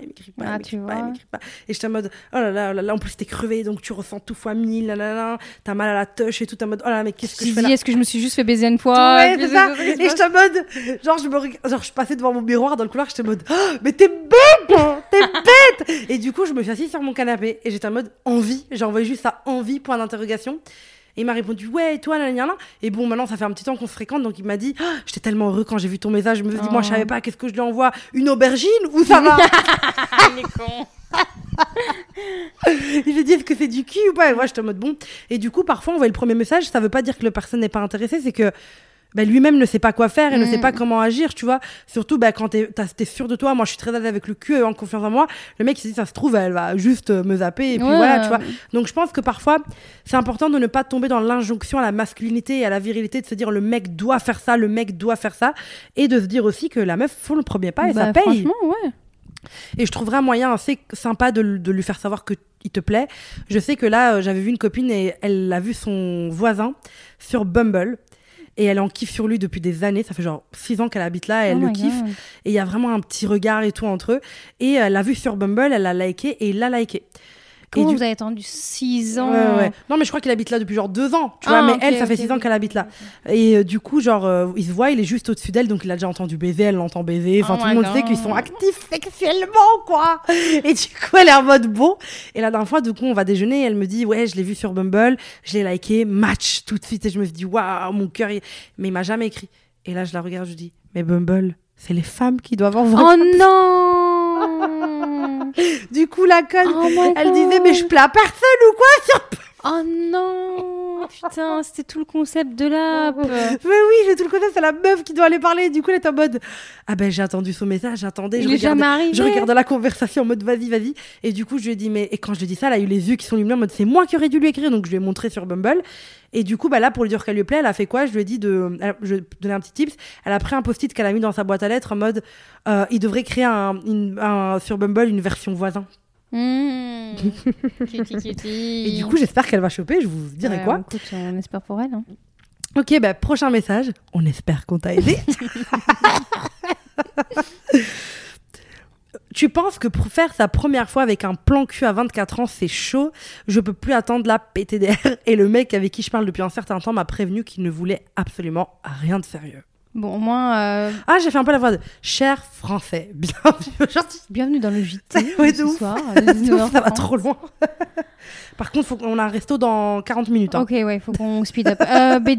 Et j'étais en mode, oh là là, en plus t'es crevé, donc tu ressens tout fois 1000, t'as mal à la touche et tout, t'es en mode, oh là là, mais qu'est-ce que je fais là? Est-ce que je me suis juste fait baiser une fois? Ouais, c'est ça. Et j'étais en mode, je passais devant mon miroir dans le couloir, j'étais en mode, oh, mais t'es bête! T'es bête! Et du coup, je me suis assise sur mon canapé et j'étais en mode, envie. J'ai envoyé juste ça, envie, point d'interrogation. Et il m'a répondu, ouais, et toi, nanana. Et bon, maintenant, ça fait un petit temps qu'on se fréquente, donc il m'a dit, oh, j'étais tellement heureux quand j'ai vu ton message. Je me suis dit, moi, je savais pas, qu'est-ce que je lui envoie? Une aubergine ou ça va? Il est con. Il m'a dit, est-ce que c'est du cul ou pas? Et moi, j'étais en mode bon. Et du coup, parfois, on voit le premier message, ça veut pas dire que la personne n'est pas intéressée, c'est que lui-même ne sait pas quoi faire et ne sait pas comment agir, tu vois. Surtout quand t'es sûr de toi. Moi, je suis très à l'aise avec le cul et en confiance en moi. Le mec, il se dit, ça se trouve, elle va juste me zapper et puis voilà, tu vois. Donc, je pense que parfois, c'est important de ne pas tomber dans l'injonction à la masculinité et à la virilité, de se dire le mec doit faire ça, et de se dire aussi que la meuf faut le premier pas et ça paye. Franchement, ouais. Et je trouverais un moyen assez sympa de lui faire savoir que il te plaît. Je sais que là, j'avais vu une copine et elle a vu son voisin sur Bumble. Et elle en kiffe sur lui depuis des années. Ça fait genre 6 ans qu'elle habite là et elle le kiffe. Et il y a vraiment un petit regard et tout entre eux. Et elle l'a vu sur Bumble, elle l'a liké et il l'a liké. Comment vous avez attendu 6 ans? Ouais. Non, mais je crois qu'il habite là depuis genre 2 ans. Tu vois, mais elle, ça fait 6 ans qu'elle habite là. Et du coup, genre, il se voit, il est juste au-dessus d'elle. Donc, il a déjà entendu baiser, elle l'entend baiser. Enfin, tout le monde sait qu'ils sont actifs sexuellement, quoi. Et du coup, elle est en mode bon. Et la dernière fois, du coup, on va déjeuner. Et elle me dit, ouais, je l'ai vu sur Bumble. Je l'ai liké, match tout de suite. Et je me suis dit, waouh, mon cœur. Mais il m'a jamais écrit. Et là, je la regarde, je dis, mais Bumble, c'est les femmes qui doivent envoyer. Oh non! Du coup, la conne, elle disait, mais je plais à personne ou quoi sur... Oh non! Putain, c'était tout le concept de l'app. Mais oui, j'ai tout le concept, c'est la meuf qui doit aller parler. Du coup, elle est en mode, ah ben, j'ai attendu son message, j'attendais. Je regarde la conversation en mode, vas-y. Et du coup, je lui ai dit, mais, et quand je lui ai dit ça, elle a eu les yeux qui sont lumineux en mode, c'est moi qui aurais dû lui écrire. Donc, je lui ai montré sur Bumble. Et du coup, là, pour lui dire qu'elle lui plaît, elle a fait quoi? Je lui ai dit je vais donner un petit tips. Elle a pris un post-it qu'elle a mis dans sa boîte à lettres en mode, il devrait créer sur Bumble une version voisin. Kitty. Et du coup, j'espère qu'elle va choper. Je vous dirai quoi. Écoute, on espère pour elle. Hein. Ok, bah, prochain message. On espère qu'on t'a aidé. Tu penses que pour faire sa première fois avec un plan cul à 24 ans, c'est chaud? Je peux plus attendre la PTDR. Et le mec avec qui je parle depuis un certain temps m'a prévenu qu'il ne voulait absolument rien de sérieux. Bon, au moins... Ah, j'ai fait un peu la voix de « Cher Français, bienvenue dans le JT ouais, ce soir. Ça va trop loin. » Par contre, on a un resto dans 40 minutes. Hein. Ok, ouais, faut qu'on speed up. Mais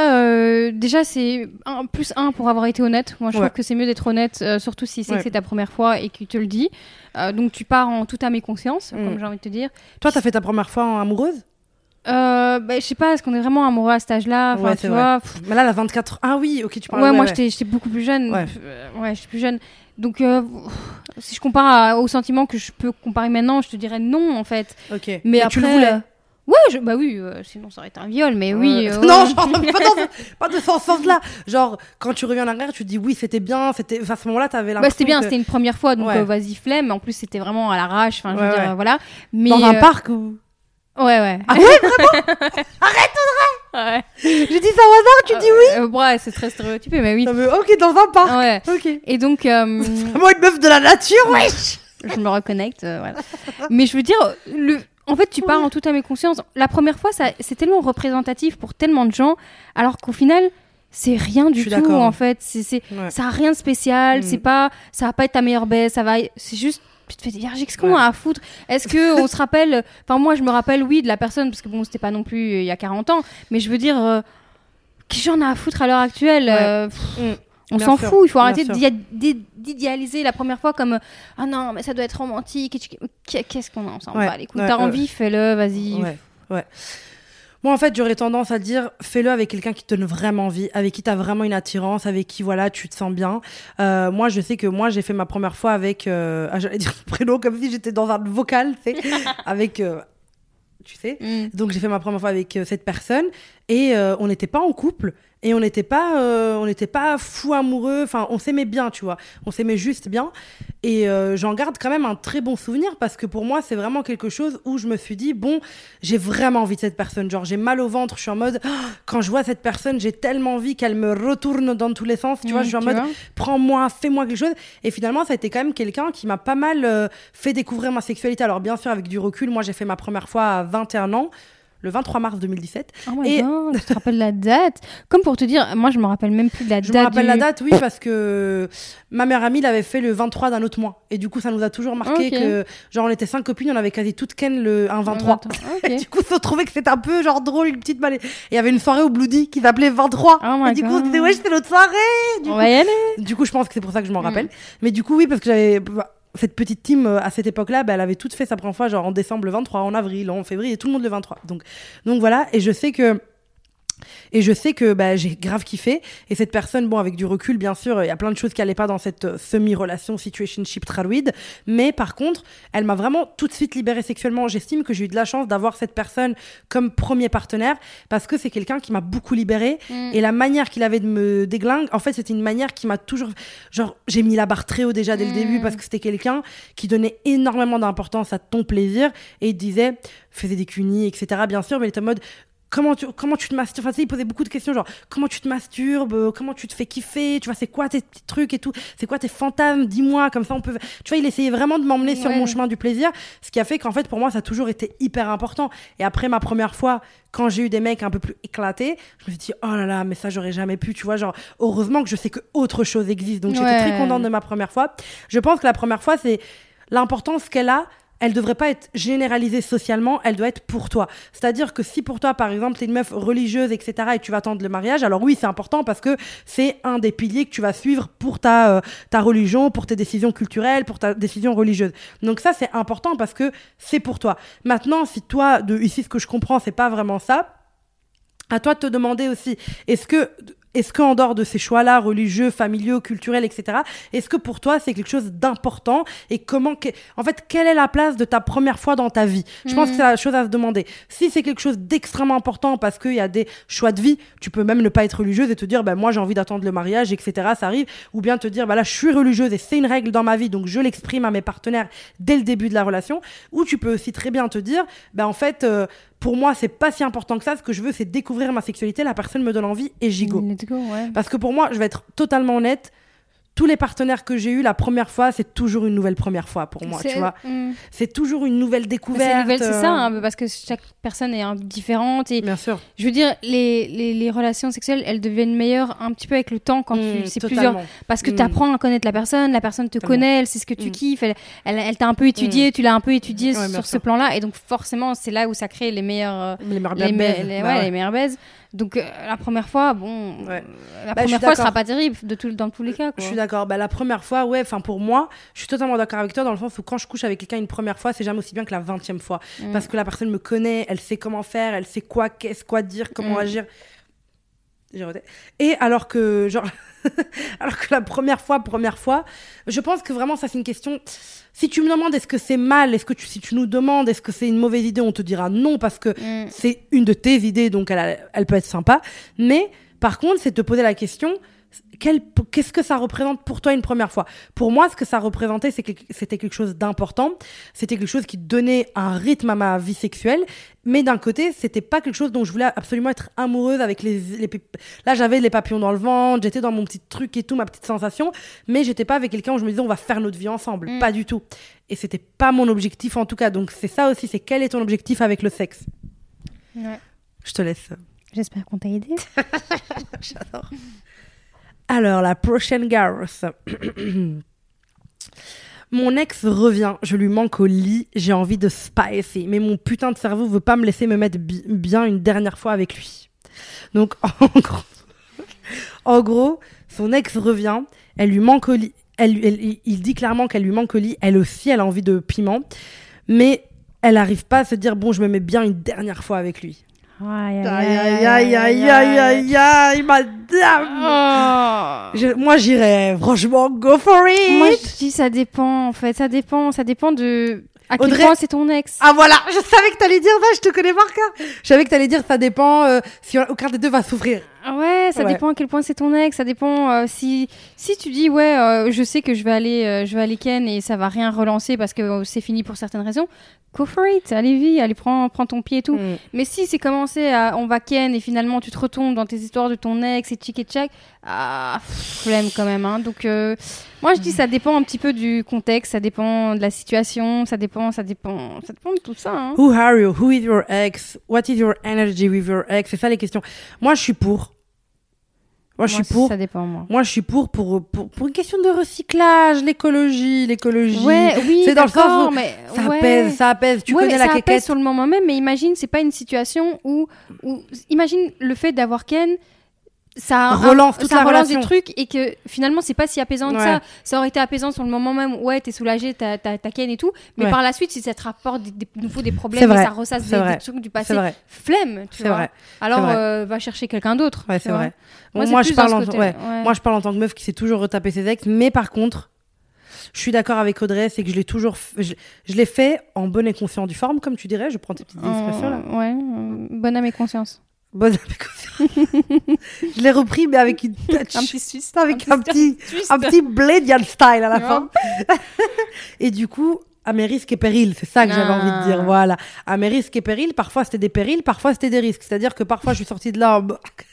déjà c'est plus 1 pour avoir été honnête. Moi, je trouve que c'est mieux d'être honnête, surtout si c'est que c'est ta première fois et qu'il te le dit. Donc, tu pars en toute âme et conscience, comme j'ai envie de te dire. Toi, t'as fait ta première fois en amoureuse? Je sais pas, est-ce qu'on est vraiment amoureux à cet âge-là? Enfin, tu vois. Mais là, la 24. Ah oui, ok, tu parles. Ouais, moi, j'étais beaucoup plus jeune. Ouais, j'étais plus jeune. Donc, si je compare aux sentiments que je peux comparer maintenant, je te dirais non, en fait. Ok. Mais après, tu le voulais? Ouais, bah oui, sinon ça aurait été un viol, mais oui. Non, genre, pas de ce sens-là. Genre, quand tu reviens en arrière, tu te dis oui, c'était bien, c'était. Enfin, à ce moment-là, t'avais l'impression. Bah, c'était bien, c'était une première fois, donc vas-y, flemme. En plus, c'était vraiment à l'arrache. Enfin, je veux dire, voilà. Mais dans un parc ou. Ouais. Ah ouais, vraiment? Arrête, Audrey! Ouais. J'ai dit ça au hasard, tu dis oui? Ouais, c'est très stéréotypé, mais oui. Non, mais ok, dans un parc. Ouais. Ok. Et donc. C'est vraiment une meuf de la nature, wesh! Je me reconnecte, voilà. Mais je veux dire, en fait, tu pars en toute âme et conscience. La première fois, c'est tellement représentatif pour tellement de gens, alors qu'au final, c'est rien du tout, en fait. Ça a rien de spécial, ça va pas être ta meilleure baisse, c'est juste. Tu te fais dire, qu'est-ce qu'on a à foutre? Est-ce qu'on se rappelle... Enfin, moi, je me rappelle, oui, de la personne, parce que bon, c'était pas non plus il y a 40 ans, mais je veux dire, qu'est-ce que j'en ai à foutre à l'heure actuelle? On s'en fout, il faut arrêter d'idéaliser la première fois comme « Ah non, mais ça doit être romantique. » Qu'est-ce qu'on en s'en bat? Écoute, t'as envie, fais-le, vas-y. Ouais. Moi, en fait, j'aurais tendance à dire fais-le avec quelqu'un qui te donne vraiment envie, avec qui tu as vraiment une attirance, avec qui, voilà, tu te sens bien. Moi, je sais que moi, j'ai fait ma première fois avec... j'allais dire le prénom comme si j'étais dans un vocal, tu sais, avec... tu sais. Donc, j'ai fait ma première fois avec cette personne et on n'était pas en couple. Et on n'était pas fou amoureux, enfin on s'aimait bien, tu vois, on s'aimait juste bien. Et j'en garde quand même un très bon souvenir parce que pour moi c'est vraiment quelque chose où je me suis dit bon, j'ai vraiment envie de cette personne, genre j'ai mal au ventre, je suis en mode quand je vois cette personne j'ai tellement envie qu'elle me retourne dans tous les sens, tu vois, je suis en mode prends-moi, fais-moi quelque chose. Et finalement ça a été quand même quelqu'un qui m'a pas mal fait découvrir ma sexualité. Alors bien sûr avec du recul, moi j'ai fait ma première fois à 21 ans. Le 23 mars 2017. Oh my God, tu te rappelles la date? Comme pour te dire, moi je me rappelle même plus de la date. Je me rappelle la date, oui, parce que ma meilleure amie l'avait fait le 23 d'un autre mois. Et du coup, ça nous a toujours marqué que, genre, on était 5 copines, on avait quasi toutes ken un 23. Et du coup, on trouvait que c'était un peu, genre, drôle, une petite malée. Et il y avait une soirée au Bloody qui s'appelait 23. Oh et du coup, on se disait, ouais, c'était notre soirée. On va y aller. Du coup, je pense que c'est pour ça que je m'en rappelle. Mais du coup, oui, parce que j'avais. Cette petite team à cette époque-là, elle avait toutes fait sa première fois genre en décembre le 23, en avril, en février, tout le monde le 23. Donc voilà, et je sais que j'ai grave kiffé. Et cette personne, bon, avec du recul, bien sûr, il y a plein de choses qui allaient pas dans cette semi-relation, situationship traduide. Mais par contre, elle m'a vraiment tout de suite libérée sexuellement. J'estime que j'ai eu de la chance d'avoir cette personne comme premier partenaire parce que c'est quelqu'un qui m'a beaucoup libérée. Et la manière qu'il avait de me déglinguer, en fait, c'était une manière qui m'a toujours... Genre, j'ai mis la barre très haut déjà dès le début parce que c'était quelqu'un qui donnait énormément d'importance à ton plaisir et il disait, faisait des cunis, etc. Bien sûr, mais il était en mode... Comment tu te masturbes? Enfin, il posait beaucoup de questions, genre comment tu te masturbes, comment tu te fais kiffer, tu vois, c'est quoi tes petits trucs et tout, c'est quoi tes fantasmes, dis-moi, comme ça on peut. Tu vois, il essayait vraiment de m'emmener sur mon chemin du plaisir, ce qui a fait qu'en fait pour moi ça a toujours été hyper important. Et après ma première fois, quand j'ai eu des mecs un peu plus éclatés, je me suis dit oh là là, mais ça j'aurais jamais pu, tu vois, genre heureusement que je sais que autre chose existe. Donc j'étais très contente de ma première fois. Je pense que la première fois c'est l'importance qu'elle a. Elle devrait pas être généralisée socialement, elle doit être pour toi. C'est-à-dire que si pour toi, par exemple, t'es une meuf religieuse, etc., et tu vas attendre le mariage, alors oui, c'est important parce que c'est un des piliers que tu vas suivre pour ta religion, pour tes décisions culturelles, pour ta décision religieuse. Donc ça, c'est important parce que c'est pour toi. Maintenant, si toi, ici, ce que je comprends, c'est pas vraiment ça, à toi de te demander aussi, est-ce que est-ce qu'en dehors de ces choix-là, religieux, familiaux, culturels, etc., est-ce que pour toi, c'est quelque chose d'important? Et en fait, quelle est la place de ta première fois dans ta vie? Je pense que c'est la chose à se demander. Si c'est quelque chose d'extrêmement important parce qu'il y a des choix de vie, tu peux même ne pas être religieuse et te dire, moi, j'ai envie d'attendre le mariage, etc., ça arrive. Ou bien te dire, là, je suis religieuse et c'est une règle dans ma vie, donc je l'exprime à mes partenaires dès le début de la relation. Ou tu peux aussi très bien te dire, en fait, pour moi, c'est pas si important que ça. Ce que je veux, c'est découvrir ma sexualité. La personne me donne envie et j'y go. Ouais. Parce que pour moi, je vais être totalement honnête, tous les partenaires que j'ai eus la première fois, c'est toujours une nouvelle première fois pour moi, tu vois. C'est toujours une nouvelle découverte. C'est ça, parce que chaque personne est différente. Et bien sûr. Je veux dire, les relations sexuelles, elles deviennent meilleures un petit peu avec le temps quand c'est plusieurs. Parce que tu apprends à connaître la personne te connaît, elle sait ce que tu kiffes, elle t'a un peu étudié, tu l'as un peu étudié sur ce plan-là. Et donc forcément, c'est là où ça crée les meilleures baises. Donc la première fois, la première fois sera pas terrible dans tous les cas, quoi. Je suis d'accord. La première fois, pour moi, je suis totalement d'accord avec toi dans le sens où quand je couche avec quelqu'un une première fois, c'est jamais aussi bien que la 20e fois. Parce que la personne me connaît, elle sait comment faire, elle sait quoi dire, comment agir. Et alors que la première fois, je pense que vraiment ça c'est une question. Si tu me demandes est-ce que c'est mal, si tu nous demandes est-ce que c'est une mauvaise idée, on te dira non parce que c'est une de tes idées, donc elle peut être sympa. Mais par contre, c'est de te poser la question, qu'est-ce que ça représente pour toi une première fois? Pour moi, ce que ça représentait, c'était quelque chose d'important. C'était quelque chose qui donnait un rythme à ma vie sexuelle. Mais d'un côté, c'était pas quelque chose dont je voulais absolument être amoureuse avec Là, j'avais les papillons dans le ventre, j'étais dans mon petit truc et tout, ma petite sensation. Mais j'étais pas avec quelqu'un où je me disais, on va faire notre vie ensemble. Pas du tout. Et c'était pas mon objectif en tout cas. Donc c'est ça aussi, c'est quel est ton objectif avec le sexe? Ouais. Je te laisse. J'espère qu'on t'a aidé. J'adore. Alors, la prochaine garce. Mon ex revient, je lui manque au lit, j'ai envie de spicy, mais mon putain de cerveau veut pas me laisser me mettre bien une dernière fois avec lui. Donc, en gros, son ex revient, elle lui manque au lit, il dit clairement qu'elle lui manque au lit, elle aussi, elle a envie de piment, mais elle n'arrive pas à se dire, je me mets bien une dernière fois avec lui. Aïe, madame. Moi, j'irais, franchement, go for it. Moi, je dis, ça dépend, en fait. Ça dépend de à quel Audrey... point c'est ton ex. Ah, voilà. Je savais que t'allais dire ça, je te connais par cœur. Je savais que t'allais dire, ça dépend si aucun des deux va souffrir. Ouais, ça dépend à quel point c'est ton ex. Ça dépend si tu dis, je sais que je vais aller ken et ça va rien relancer parce que c'est fini pour certaines raisons. Go for it, allez prends ton pied et tout. Mais si c'est commencé on va ken et finalement tu te retombes dans tes histoires de ton ex et tchic et tchac, flemme quand même, hein. Donc moi je dis ça dépend un petit peu du contexte, ça dépend de la situation, ça dépend de tout ça, hein. Who are you? Who is your ex? What is your energy with your ex? C'est ça les questions. Moi je suis pour. Moi, je suis pour. Ça dépend, moi. Moi, je suis pour une question de recyclage, l'écologie. Ouais, oui, c'est dans le sens où mais ça apaise. Tu connais la quéquette. Ça apaise sur le moment même, mais imagine, c'est pas une situation où imagine le fait d'avoir ken, ça relance des trucs et que finalement c'est pas si apaisant que ça. Ça aurait été apaisant sur le moment même, t'es soulagé, t'as ken et tout, mais par la suite si ça te rapporte nouveau des problèmes et ça ressasse des trucs du passé, flemme, tu vois. Vrai. Alors va chercher quelqu'un d'autre. Ouais, c'est vrai. Moi je parle en tant que meuf qui s'est toujours retapé ses ex, mais par contre je suis d'accord avec Audrey, c'est que je l'ai toujours je l'ai fait en bonne et consciente du forme, comme tu dirais. Je prends tes petites expressions là. Bonne âme et conscience. Je l'ai repris mais avec une touch, un petit Suisse, avec un petit Bladian style à la fin. Et du coup à mes risques et périls, c'est ça que j'avais envie de dire, voilà. À mes risques et périls, parfois c'était des périls, parfois c'était des risques. C'est-à-dire que parfois je suis sortie de là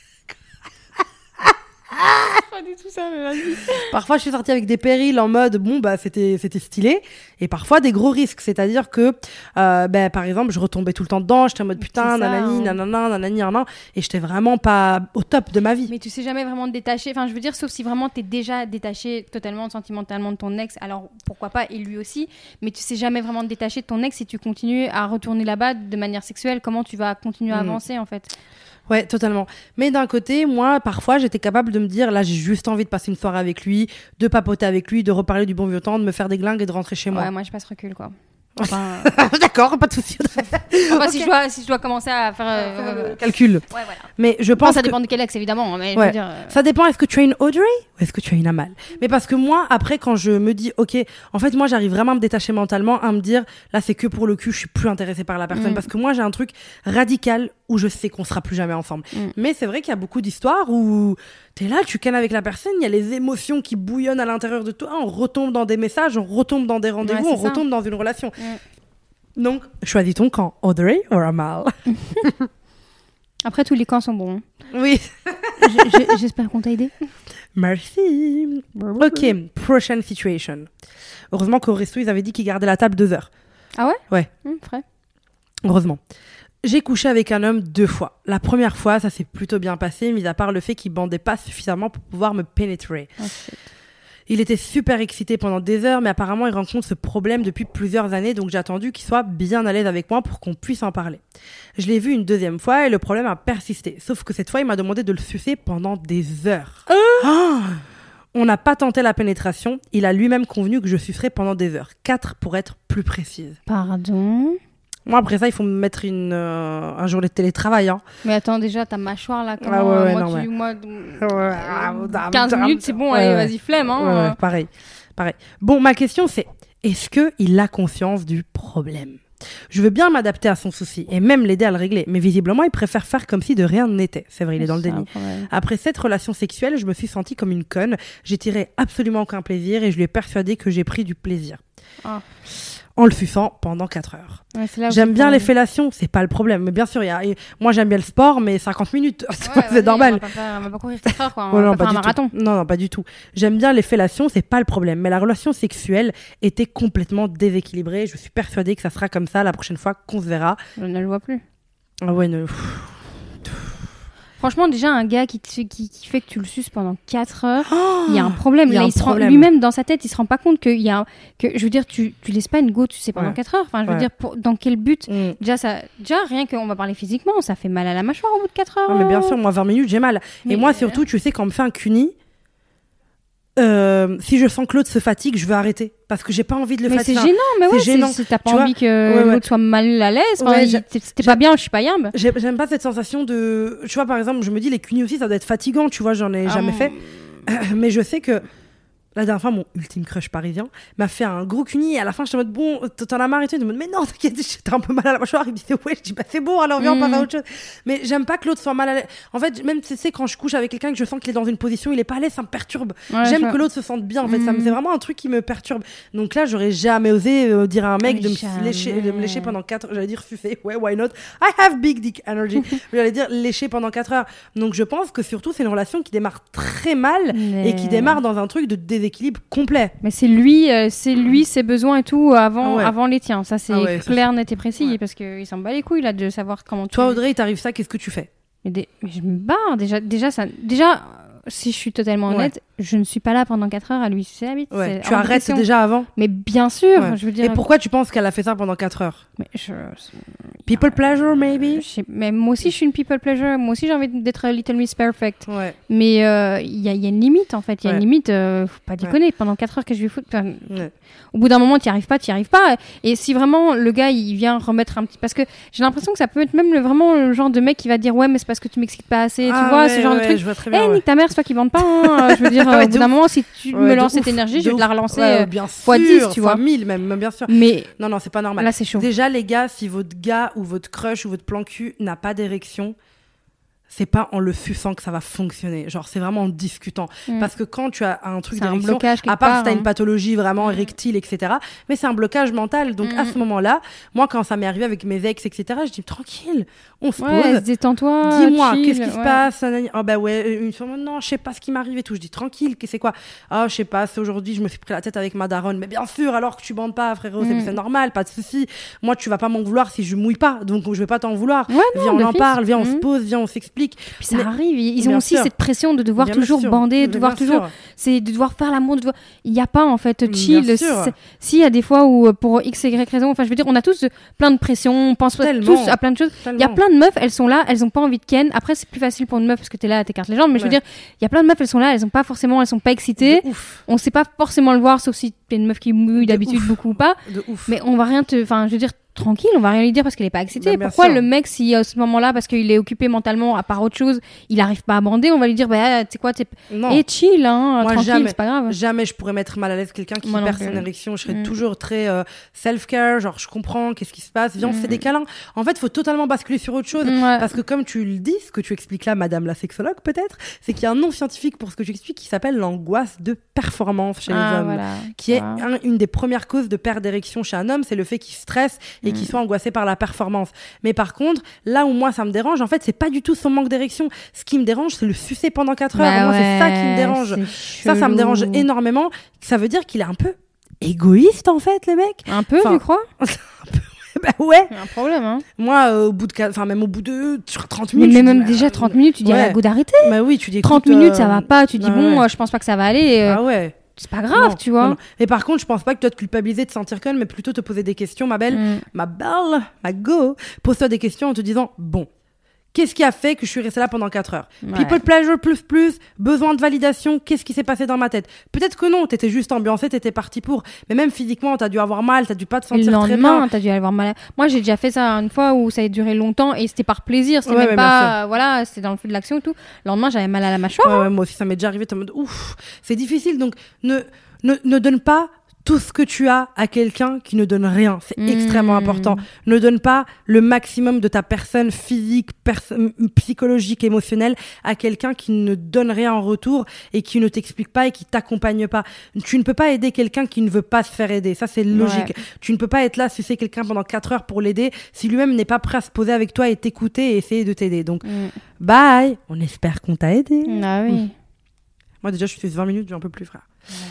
pas du tout ça, mais vas-y. Parfois, je suis sortie avec des périls en mode, c'était stylé. Et parfois, des gros risques. C'est-à-dire que, par exemple, je retombais tout le temps dedans. J'étais en mode, putain, nanani. Et j'étais vraiment pas au top de ma vie. Mais tu sais jamais vraiment te détacher. Enfin, je veux dire, sauf si vraiment t'es déjà détaché totalement, sentimentalement de ton ex. Alors, pourquoi pas, et lui aussi. Mais tu sais jamais vraiment te détacher de ton ex si tu continues à retourner là-bas de manière sexuelle. Comment tu vas continuer à avancer, en fait? Ouais, totalement. Mais d'un côté, moi, parfois, j'étais capable de me dire, là, j'ai juste envie de passer une soirée avec lui, de papoter avec lui, de reparler du bon vieux temps, de me faire des glingues et de rentrer chez moi. Ouais, moi, je passe recul, quoi. Enfin... D'accord, pas de souci. Enfin, okay. si je dois commencer à faire calcul. Ouais, voilà. Mais je pense ça dépend de quel ex, évidemment. Mais je veux dire, ça dépend. Est-ce que tu as une Audrey ou est-ce que tu as une Amal? Mais parce que moi, après, quand je me dis, ok, en fait, moi, j'arrive vraiment à me détacher mentalement, à me dire, là, c'est que pour le cul, je suis plus intéressée par la personne. Parce que moi, j'ai un truc radical où je sais qu'on sera plus jamais ensemble. Mais c'est vrai qu'il y a beaucoup d'histoires où t'es là, tu cannes avec la personne, il y a les émotions qui bouillonnent à l'intérieur de toi, on retombe dans des messages, on retombe dans des rendez-vous, on retombe dans une relation. Donc, choisis ton camp, Audrey ou Amal. Après, tous les camps sont bons. Hein. Oui. J'espère qu'on t'a aidé. Merci. Ok, prochaine situation. Heureusement qu'au resto, ils avaient dit qu'ils gardaient la table 2 heures. Ah ouais? Ouais. Frais. Heureusement. J'ai couché avec un homme 2 fois. La première fois, ça s'est plutôt bien passé, mis à part le fait qu'il bandait pas suffisamment pour pouvoir me pénétrer. Oh, il était super excité pendant des heures, mais apparemment, il rencontre ce problème depuis plusieurs années, donc j'ai attendu qu'il soit bien à l'aise avec moi pour qu'on puisse en parler. Je l'ai vu une 2e fois et le problème a persisté. Sauf que cette fois, il m'a demandé de le sucer pendant des heures. On n'a pas tenté la pénétration. Il a lui-même convenu que je sucerais pendant des heures. 4 pour être plus précise. Pardon? Moi, après ça, il faut me mettre un jour de télétravail. Hein. Mais attends, déjà, ta mâchoire, là, comment... 15 minutes, c'est bon, allez, vas-y, flemme. Hein. Ouais, pareil. Bon, ma question, c'est, est-ce qu'il a conscience du problème? Je veux bien m'adapter à son souci et même l'aider à le régler, mais visiblement, il préfère faire comme si de rien n'était. C'est vrai, il est dans le déni. Après cette relation sexuelle, je me suis sentie comme une conne. J'ai tiré absolument aucun plaisir et je lui ai persuadé que j'ai pris du plaisir. En le suçant pendant 4 heures. Ouais, j'aime bien les fellations, c'est pas le problème. Mais bien sûr, moi j'aime bien le sport, mais 50 minutes, c'est normal. On va pas courir 4 heures, quoi. On va pas faire un marathon. Non, pas du tout. J'aime bien les fellations, c'est pas le problème. Mais la relation sexuelle était complètement déséquilibrée. Je suis persuadée que ça sera comme ça la prochaine fois qu'on se verra. Je ne le vois plus. Ah ouais, Franchement, déjà, un gars qui fait que tu le suces pendant 4 heures, il y a un problème. Là, lui-même, dans sa tête, il se rend pas compte que je veux dire, tu laisses pas une go, tu sais, pendant 4 heures. Enfin, je veux dire, dans quel but? Déjà, rien qu'on va parler physiquement, ça fait mal à la mâchoire au bout de 4 heures. Non, mais bien sûr, moi, 20 minutes, j'ai mal. Et moi, surtout, tu sais, quand on me fait un cuni, si je sens que l'autre se fatigue, je veux arrêter. Parce que j'ai pas envie de le fatiguer. Mais c'est gênant, mais ouais, gênant. T'as pas envie que l'autre soit mal à l'aise. C'était pas bien, je suis pas yambe. J'aime pas cette sensation de. Tu vois, par exemple, je me dis, les cunis aussi, ça doit être fatigant, tu vois, j'en ai jamais fait. Mais je sais que la dernière fois, mon ultime crush parisien m'a fait un gros cuni et à la fin, j'étais en mode, bon, t'en as marre et tout. Il me dit, mais non, t'inquiète, j'étais un peu mal à la mâchoire. Il me dit, ouais, je dis, bah c'est bon, alors viens, on passe à autre chose. Mais j'aime pas que l'autre soit mal à l'aise. En fait, même, tu sais, quand je couche avec quelqu'un que je sens qu'il est dans une position, il est pas à l'aise, ça me perturbe. J'aime que l'autre se sente bien, en fait. C'est vraiment un truc qui me perturbe. Donc là, j'aurais jamais osé dire à un mec de me lécher pendant 4 heures. J'allais dire sucer. Ouais, why not? I have big dick energy. J'allais dire lécher pendant 4 heures. Donc je pense que surtout, c'est une relation qui démarre très mal et qui démarre dans un truc de déséquilibre complet. Mais c'est lui, ses besoins et tout avant les tiens. Ça, c'est clair, net et précis parce qu'il s'en bat les couilles là de savoir comment. Toi, Audrey, il t'arrive ça, qu'est-ce que tu fais? Mais je me barre déjà, si je suis totalement honnête, je ne suis pas là pendant 4 heures à lui sucer la bite. Ouais. Tu arrêtes déjà avant? Mais bien sûr, je veux dire. Et pourquoi tu penses qu'elle a fait ça pendant 4 heures? People pleasure, maybe? Mais moi aussi, je suis une people pleasure. Moi aussi, j'ai envie d'être Little Miss Perfect. Ouais. Mais il y a une limite, en fait. Il y a une limite, faut pas déconner. Pendant 4 heures que je vais foutre. Au bout d'un moment, t'y arrives pas. Et si vraiment le gars, il vient remettre un petit. Parce que j'ai l'impression que ça peut être même vraiment le genre de mec qui va dire, ouais, mais c'est parce que tu m'excites pas assez. Tu vois, ce genre de truc. Nique ta mère, c'est toi qui bande pas. Je veux dire, au bout d'un moment, si tu me lances cette énergie, je vais te la relancer fois 10, tu vois. Fois 1000 même, bien sûr. Mais non, c'est pas normal. Là, c'est chaud. Déjà, les gars, si votre gars ou votre crush ou votre plan cul n'a pas d'érection, c'est pas en le suçant que ça va fonctionner. Genre, c'est vraiment en discutant. Parce que quand tu as un truc d'érection, à part si t'as une pathologie vraiment érectile, etc., mais c'est un blocage mental. Donc, à ce moment-là, moi, quand ça m'est arrivé avec mes ex, etc., je dis, tranquille, on se pose. Détends-toi. Dis-moi, qu'est-ce qui se passe? Oh, bah ouais, non, je sais pas ce qui m'arrive et tout. Je dis, tranquille, c'est quoi? Oh, je sais pas, c'est aujourd'hui, je me suis pris la tête avec ma daronne. Mais bien sûr, alors que tu bandes pas, frérot, c'est normal, pas de souci. Moi, tu vas pas m'en vouloir si je mouille pas. Donc, je vais pas t'en vouloir. Viens, on en parle, viens, on se pose, viens, on s'explique. expliques. Puis ça arrive, ils ont aussi cette pression de devoir toujours bander, de devoir toujours, c'est de devoir faire l'amour, il n'y a pas en fait chill. S'il y a des fois où pour x y raison, enfin je veux dire, on a tous plein de pression, on pense tous à plein de choses. Il y a plein de meufs, elles sont là, elles n'ont pas envie de ken. Après c'est plus facile pour une meuf parce que t'es là, t'écartes les jambes, mais je veux dire, il y a plein de meufs, elles sont là, elles sont pas excitées. On sait pas forcément le voir, sauf si t'es une meuf qui mouille d'habitude beaucoup ou pas. Mais on va rien enfin je veux dire, tranquille, on va rien lui dire parce qu'elle est pas excitée. Pourquoi le mec, si à ce moment-là, parce qu'il est occupé mentalement à part autre chose, il arrive pas à bander, on va lui dire tu sais quoi, chill, hein, moi, tranquille, c'est pas grave. Jamais je pourrais mettre mal à l'aise quelqu'un qui perd son érection. Je serais toujours très self-care, genre je comprends qu'est-ce qui se passe, viens on fait des câlins. En fait, faut totalement basculer sur autre chose parce que comme tu le dis, ce que tu expliques là, madame la sexologue peut-être, c'est qu'il y a un nom scientifique pour ce que tu expliques qui s'appelle l'angoisse de performance chez les hommes, qui est une des premières causes de perte d'érection chez un homme, c'est le fait qu'il stresse et qu'il soit angoissé par la performance. Mais par contre, là où moi ça me dérange, en fait, c'est pas du tout son manque d'érection. Ce qui me dérange, c'est le sucer pendant 4 heures. Moi, c'est ça qui me dérange. Ça me dérange énormément. Ça veut dire qu'il est un peu égoïste, en fait, le mec. Un peu, tu crois? Bah ouais. Il y a un problème, hein. Moi, même au bout de 30 minutes. Mais même déjà 30 minutes, tu dis à la go d'arrêter. Bah oui, tu dis 30 minutes, ça va pas. Tu dis je pense pas que ça va aller. Ah ouais. C'est pas grave, tu vois. Non. Et par contre, je pense pas que tu dois te culpabiliser de sentir conne, mais plutôt te poser des questions, ma belle, ma go. Pose-toi des questions en te disant, bon, qu'est-ce qui a fait que je suis restée là pendant 4 heures? People pleasure plus, besoin de validation, qu'est-ce qui s'est passé dans ma tête? Peut-être que non, t'étais juste ambiancée, t'étais partie pour. Mais même physiquement, t'as dû avoir mal, t'as dû pas te sentir très bien. T'as dû avoir mal. Moi, j'ai déjà fait ça une fois où ça a duré longtemps et c'était par plaisir. C'était même pas, c'était dans le feu de l'action et tout. Le lendemain, j'avais mal à la mâchoire. Moi aussi, ça m'est déjà arrivé. T'es en mode, ouf, c'est difficile. Donc, ne donne pas tout ce que tu as à quelqu'un qui ne donne rien. C'est extrêmement important. Ne donne pas le maximum de ta personne physique, psychologique, émotionnelle à quelqu'un qui ne donne rien en retour et qui ne t'explique pas et qui t'accompagne pas. Tu ne peux pas aider quelqu'un qui ne veut pas se faire aider. Ça, c'est logique. Tu ne peux pas être là, sucer quelqu'un pendant 4 heures pour l'aider si lui-même n'est pas prêt à se poser avec toi et t'écouter et essayer de t'aider. Donc, bye. On espère qu'on t'a aidé. Ah oui. Moi, déjà, je suis 20 minutes, j'en peux plus, frère.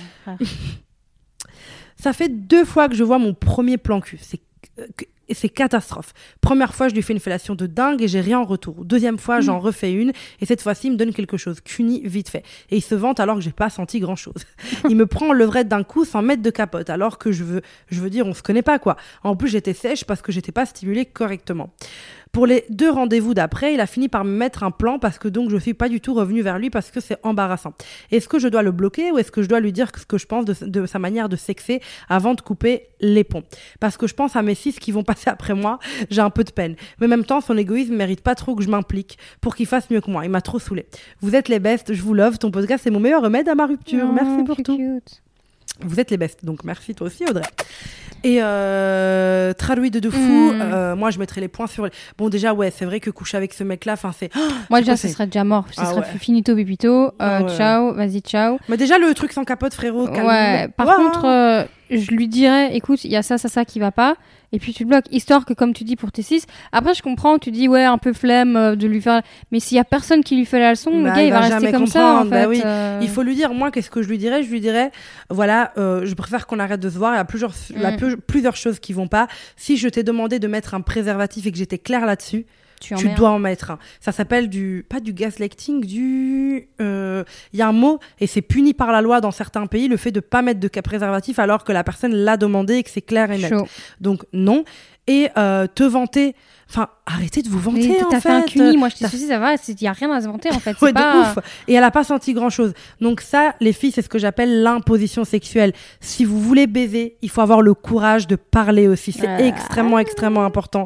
Ça fait 2 fois que je vois mon premier plan cul. C'est catastrophe. Première fois, je lui fais une fellation de dingue et j'ai rien en retour. Deuxième fois, j'en refais une et cette fois-ci, il me donne quelque chose. Cuni vite fait. Et il se vante alors que j'ai pas senti grand-chose. Il me prend en levrette d'un coup sans mettre de capote alors que je veux dire, on se connaît pas, quoi. En plus, j'étais sèche parce que j'étais pas stimulée correctement. Pour les 2 rendez-vous d'après, il a fini par me mettre un plan parce que donc je suis pas du tout revenue vers lui parce que c'est embarrassant. Est-ce que je dois le bloquer ou est-ce que je dois lui dire ce que je pense de sa manière de sexer avant de couper les ponts? Parce que je pense à mes 6 qui vont passer après moi, j'ai un peu de peine. Mais en même temps, son égoïsme mérite pas trop que je m'implique pour qu'il fasse mieux que moi. Il m'a trop saoulée. Vous êtes les bestes, je vous love. Ton podcast, c'est mon meilleur remède à ma rupture. Merci pour tout. Cute. Vous êtes les bestes, donc merci toi aussi, Audrey. Et traduit de fou, moi je mettrais les points sur les... Bon déjà c'est vrai que coucher avec ce mec là, c'est... Moi déjà ce serait déjà mort, ce serait finito pipito, ciao, vas-y ciao. Mais déjà le truc sans capote frérot, calme. Ouais, par contre je lui dirais écoute, il y a ça qui va pas, et puis tu le bloques, histoire que comme tu dis pour tes 6, après je comprends, tu dis un peu flemme de lui faire, mais s'il y a personne qui lui fait la leçon, le gars il va rester comme ça en fait. Oui. Il faut lui dire, moi qu'est-ce que je lui dirais voilà, je préfère qu'on arrête de se voir, il y a plusieurs choses qui vont pas. Si je t'ai demandé de mettre un préservatif et que j'étais claire là-dessus, tu dois en mettre un. Ça s'appelle pas du gaslighting, il y a un mot et c'est puni par la loi dans certains pays, le fait de pas mettre de préservatif alors que la personne l'a demandé et que c'est clair et net. Chaud. Donc non. Et te vanter, arrêtez de vous vanter. T'as fait un cuni, moi je t'ai sucé, ça va, il y a rien à se vanter en fait. C'est pas... de ouf. Et elle a pas senti grand chose. Donc ça, les filles, c'est ce que j'appelle l'imposition sexuelle. Si vous voulez baiser, il faut avoir le courage de parler aussi. C'est extrêmement important.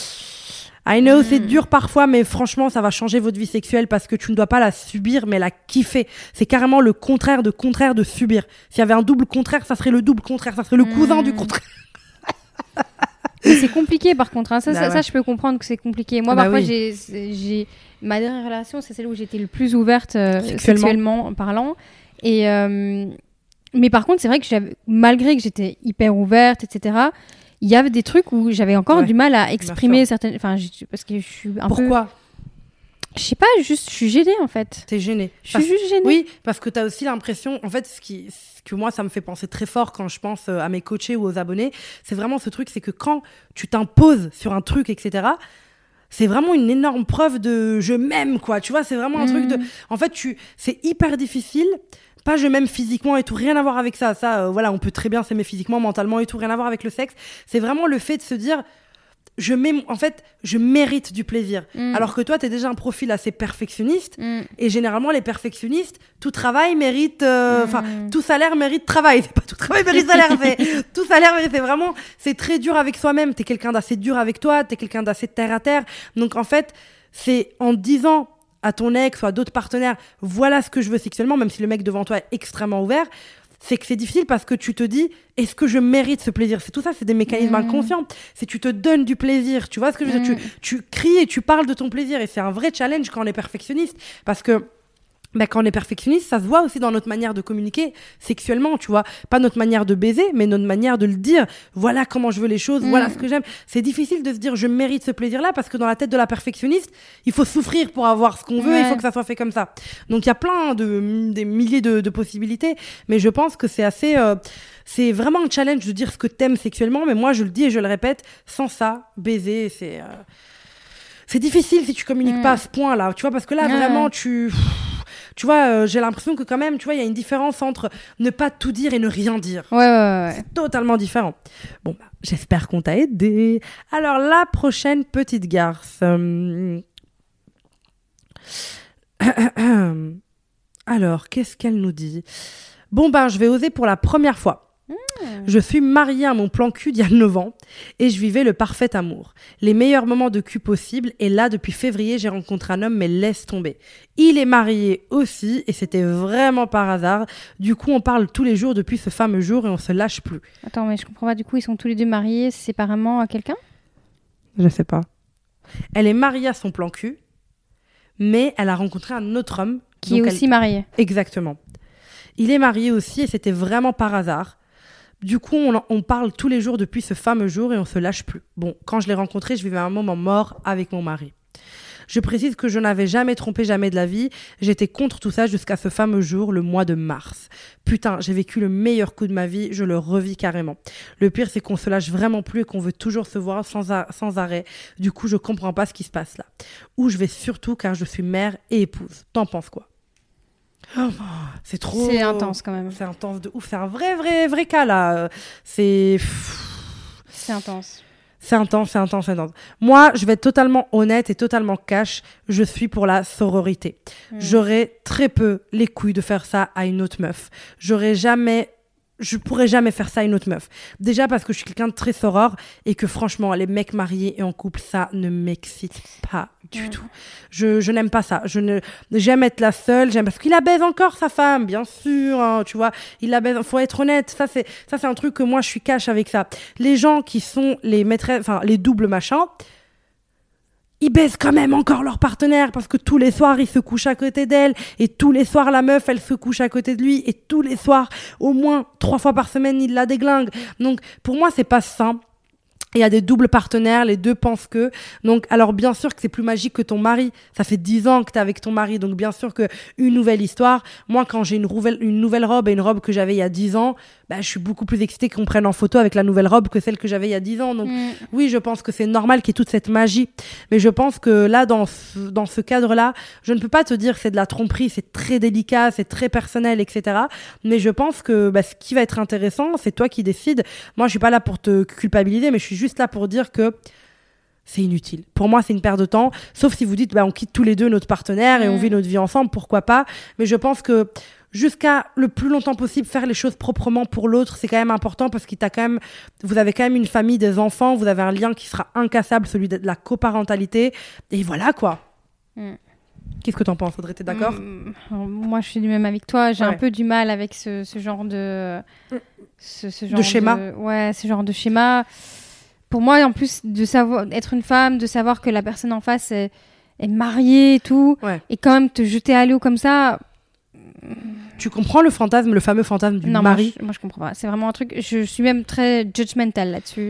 I know, c'est dur parfois, mais franchement, ça va changer votre vie sexuelle parce que tu ne dois pas la subir, mais la kiffer. C'est carrément le contraire de subir. S'il y avait un double contraire, ça serait le double contraire, ça serait le cousin du contraire. Mais c'est compliqué par contre, hein. Ça, je peux comprendre que c'est compliqué. Moi, parfois, j'ai ma dernière relation, c'est celle où j'étais le plus ouverte sexuellement parlant. Et mais par contre, c'est vrai que malgré que j'étais hyper ouverte, etc., il y avait des trucs où j'avais encore du mal à exprimer certaines... parce que je suis un peu... Pourquoi ? Je sais pas, juste, je suis gênée, en fait. T'es gênée. Je suis juste gênée. Oui, parce que t'as aussi l'impression... En fait, ce que moi, ça me fait penser très fort quand je pense à mes coachés ou aux abonnés, c'est vraiment ce truc, c'est que quand tu t'imposes sur un truc, etc., c'est vraiment une énorme preuve de je m'aime, quoi. Tu vois, c'est vraiment un truc de... En fait, c'est hyper difficile. Pas je m'aime physiquement et tout, rien à voir avec ça. Ça, voilà, on peut très bien s'aimer physiquement, mentalement et tout, rien à voir avec le sexe. C'est vraiment le fait de se dire... je mérite du plaisir. Alors que toi, t'es déjà un profil assez perfectionniste. Et généralement, les perfectionnistes, tout travail mérite... tout salaire mérite travail. C'est pas tout travail mérite salaire. Tout salaire mérite... C'est très dur avec soi-même. T'es quelqu'un d'assez dur avec toi. T'es quelqu'un d'assez terre à terre. Donc, en fait, c'est en disant à ton ex ou à d'autres partenaires, voilà ce que je veux sexuellement, même si le mec devant toi est extrêmement ouvert... c'est que c'est difficile parce que tu te dis est-ce que je mérite ce plaisir, c'est tout ça, c'est des mécanismes inconscients, c'est tu te donnes du plaisir, tu vois ce que je veux dire, tu cries et tu parles de ton plaisir et c'est un vrai challenge quand on est perfectionniste parce que quand on est perfectionniste, ça se voit aussi dans notre manière de communiquer sexuellement, tu vois. Pas notre manière de baiser, mais notre manière de le dire. Voilà comment je veux les choses, voilà ce que j'aime. C'est difficile de se dire je mérite ce plaisir-là parce que dans la tête de la perfectionniste, il faut souffrir pour avoir ce qu'on veut, il faut que ça soit fait comme ça. Donc il y a plein des milliers de possibilités, mais je pense que c'est assez... c'est vraiment un challenge de dire ce que t'aimes sexuellement, mais moi je le dis et je le répète, sans ça, baiser, c'est difficile si tu communiques pas à ce point-là, tu vois, parce que là, vraiment, tu vois, j'ai l'impression que quand même, tu vois, il y a une différence entre ne pas tout dire et ne rien dire. Ouais. C'est totalement différent. Bon, j'espère qu'on t'a aidé. Alors, la prochaine petite garce. Alors, qu'est-ce qu'elle nous dit ? Bon, je vais oser pour la première fois. Je suis mariée à mon plan cul d'il y a 9 ans et je vivais le parfait amour. Les meilleurs moments de cul possibles et là, depuis février, j'ai rencontré un homme mais laisse tomber. Il est marié aussi et c'était vraiment par hasard. Du coup, on parle tous les jours depuis ce fameux jour et on se lâche plus. Attends, mais je comprends pas, du coup, ils sont tous les deux mariés séparément à quelqu'un ? Je sais pas. Elle est mariée à son plan cul, mais elle a rencontré un autre homme. Qui est aussi marié. Exactement. Il est marié aussi et c'était vraiment par hasard. Du coup, on parle tous les jours depuis ce fameux jour et on se lâche plus. Bon, quand je l'ai rencontré, je vivais un moment mort avec mon mari. Je précise que je n'avais jamais trompé, jamais de la vie. J'étais contre tout ça jusqu'à ce fameux jour, le mois de mars. Putain, j'ai vécu le meilleur coup de ma vie, je le revis carrément. Le pire, c'est qu'on se lâche vraiment plus et qu'on veut toujours se voir sans arrêt. Du coup, je comprends pas ce qui se passe là. Où je vais surtout car je suis mère et épouse. T'en penses quoi ? Oh, c'est trop... C'est intense quand même. C'est intense de ouf. C'est un vrai cas là. C'est intense. C'est intense. Moi, je vais être totalement honnête et totalement cash. Je suis pour la sororité. J'aurais très peu les couilles de faire ça à une autre meuf. Je pourrais jamais faire ça à une autre meuf. Déjà parce que je suis quelqu'un de très soror et que franchement, les mecs mariés et en couple, ça ne m'excite pas du tout. Je n'aime pas ça. J'aime être la seule. Parce qu'il la baise encore sa femme, bien sûr. Hein, tu vois, il la baise. Faut être honnête. Ça c'est un truc que moi je suis cash avec ça. Les gens qui sont les maîtresses, enfin les doubles machins. Ils baisent quand même encore leur partenaire parce que tous les soirs, il se couche à côté d'elle et tous les soirs, la meuf, elle se couche à côté de lui et tous les soirs, au moins 3 fois par semaine, il la déglingue. Donc, pour moi, c'est pas sain. Il y a des doubles partenaires, les deux pensent que. Donc, alors bien sûr que c'est plus magique que ton mari. Ça fait 10 ans que t'es avec ton mari, donc bien sûr que une nouvelle histoire. Moi, quand j'ai une nouvelle robe et une robe que j'avais il y a 10 ans, je suis beaucoup plus excitée qu'on prenne en photo avec la nouvelle robe que celle que j'avais il y a 10 ans. Donc oui, je pense que c'est normal qu'il y ait toute cette magie. Mais je pense que là, dans ce cadre-là, je ne peux pas te dire que c'est de la tromperie, c'est très délicat, c'est très personnel, etc. Mais je pense que ce qui va être intéressant, c'est toi qui décides. Moi, je suis pas là pour te culpabiliser, mais je suis juste là pour dire que c'est inutile. Pour moi, c'est une perte de temps. Sauf si vous dites, on quitte tous les deux notre partenaire et on vit notre vie ensemble, pourquoi pas. Mais je pense que jusqu'à le plus longtemps possible, faire les choses proprement pour l'autre, c'est quand même important parce vous avez quand même une famille, des enfants, vous avez un lien qui sera incassable, celui de la coparentalité. Et voilà, quoi. Qu'est-ce que t'en penses, Audrey, t'es d'accord ? Moi, je suis du même avec toi. J'ai un peu du mal avec ce genre de... ce genre de schéma. Ce genre de schéma. Pour moi, en plus de savoir être une femme, de savoir que la personne en face est mariée et tout, et quand même te jeter à l'eau comme ça... Tu comprends le fameux fantasme du mari ? Moi, je comprends pas. C'est vraiment un truc... Je suis même très judgmental là-dessus.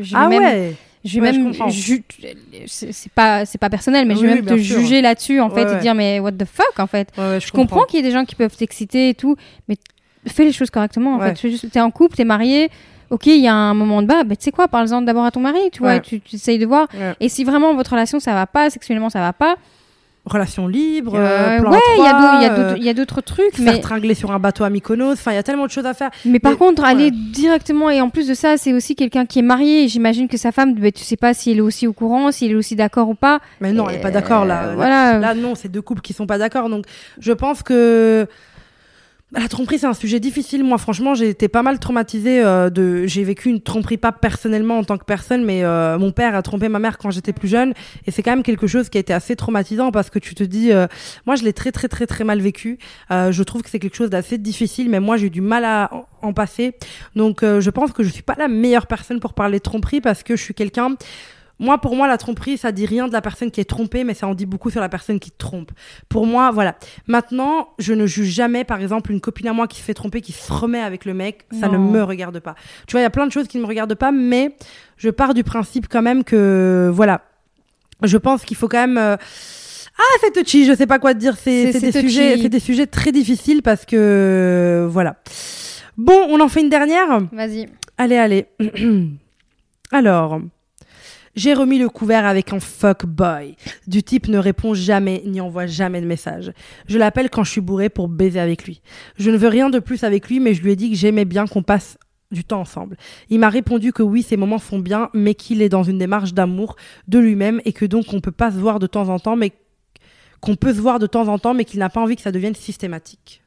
C'est pas personnel, mais je vais même te juger là-dessus, en fait, et dire, mais what the fuck, en fait. Je comprends qu'il y ait des gens qui peuvent t'exciter et tout, mais fais les choses correctement, en fait. T'es en couple, t'es marié, ok, il y a un moment de bas, tu sais quoi, parle-en d'abord à ton mari, tu vois, tu essayes de voir. Ouais. Et si vraiment votre relation, ça va pas, sexuellement, ça va pas, relation libre, plan ouais, il y a d'autres trucs. Faire tringler sur un bateau à Mykonos, enfin, il y a tellement de choses à faire. Mais par contre, aller directement, et en plus de ça, c'est aussi quelqu'un qui est marié, et j'imagine que sa femme, tu sais pas si elle est aussi au courant, si elle est aussi d'accord ou pas. Mais non, elle est pas d'accord, là. Voilà. Là, non, c'est deux couples qui sont pas d'accord, donc je pense que la tromperie, c'est un sujet difficile. Moi, franchement, j'ai été pas mal traumatisée j'ai vécu une tromperie, pas personnellement en tant que personne, mais mon père a trompé ma mère quand j'étais plus jeune. Et c'est quand même quelque chose qui a été assez traumatisant parce que tu te dis, moi, je l'ai très, très, très, très mal vécu. Je trouve que c'est quelque chose d'assez difficile, mais moi, j'ai eu du mal à en passer. Donc, je pense que je suis pas la meilleure personne pour parler de tromperie parce que je suis quelqu'un... Pour moi, la tromperie, ça dit rien de la personne qui est trompée, mais ça en dit beaucoup sur la personne qui trompe. Pour moi, voilà. Maintenant, je ne juge jamais, par exemple, une copine à moi qui se fait tromper, qui se remet avec le mec. Ça ne me regarde pas. Tu vois, il y a plein de choses qui ne me regardent pas, mais je pars du principe quand même que, voilà. Je pense qu'il faut quand même... c'est touchy, je sais pas quoi te dire. C'est des sujets très difficiles parce que, voilà. Bon, on en fait une dernière ? Vas-y. Allez. Alors... J'ai remis le couvert avec un fuckboy. Du type ne répond jamais ni envoie jamais de message. Je l'appelle quand je suis bourrée pour baiser avec lui. Je ne veux rien de plus avec lui, mais je lui ai dit que j'aimais bien qu'on passe du temps ensemble. Il m'a répondu que oui, ces moments sont bien, mais qu'il est dans une démarche d'amour de lui-même et que donc on peut pas se voir de temps en temps, mais qu'on peut se voir de temps en temps, mais qu'il n'a pas envie que ça devienne systématique.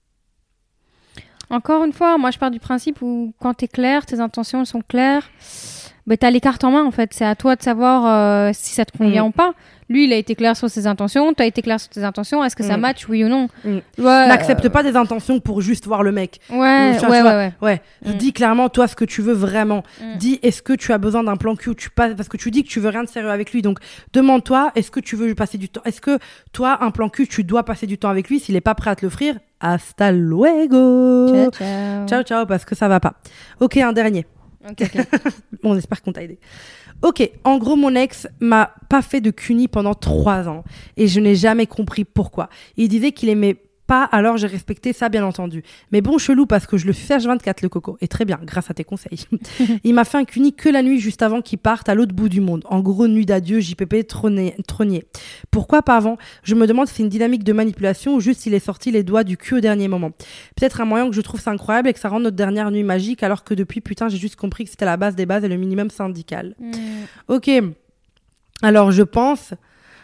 Encore une fois, moi je pars du principe où quand t'es clair, tes intentions sont claires. T'as les cartes en main en fait, c'est à toi de savoir si ça te convient ou pas. Lui, il a été clair sur ses intentions, t'as été clair sur tes intentions, est-ce que ça match, oui ou non? N'accepte pas des intentions pour juste voir le mec. Ouais. Dis clairement toi ce que tu veux vraiment. Dis est-ce que tu as besoin d'un plan cul ou tu passes, parce que tu dis que tu veux rien de sérieux avec lui, donc demande-toi est-ce que tu veux lui passer du temps, est-ce que toi un plan cul tu dois passer du temps avec lui, s'il est pas prêt à te l'offrir, hasta luego. Ciao, parce que ça va pas. Ok, un dernier. Okay. On espère qu'on t'a aidé. Ok, en gros, mon ex m'a pas fait de cuni pendant 3 ans et je n'ai jamais compris pourquoi. Il disait qu'il aimait pas, alors j'ai respecté ça, bien entendu. Mais bon, chelou, parce que je le fais H24, le coco. Et très bien, grâce à tes conseils. Il m'a fait un cuni que la nuit, juste avant qu'il parte à l'autre bout du monde. En gros, nuit d'adieu, JPP trônier. Pourquoi pas avant? Je me demande si c'est une dynamique de manipulation ou juste il est sorti les doigts du cul au dernier moment. Peut-être un moyen que je trouve ça incroyable et que ça rend notre dernière nuit magique, alors que depuis, putain, j'ai juste compris que c'était la base des bases et le minimum syndical. Ok. Alors, je pense.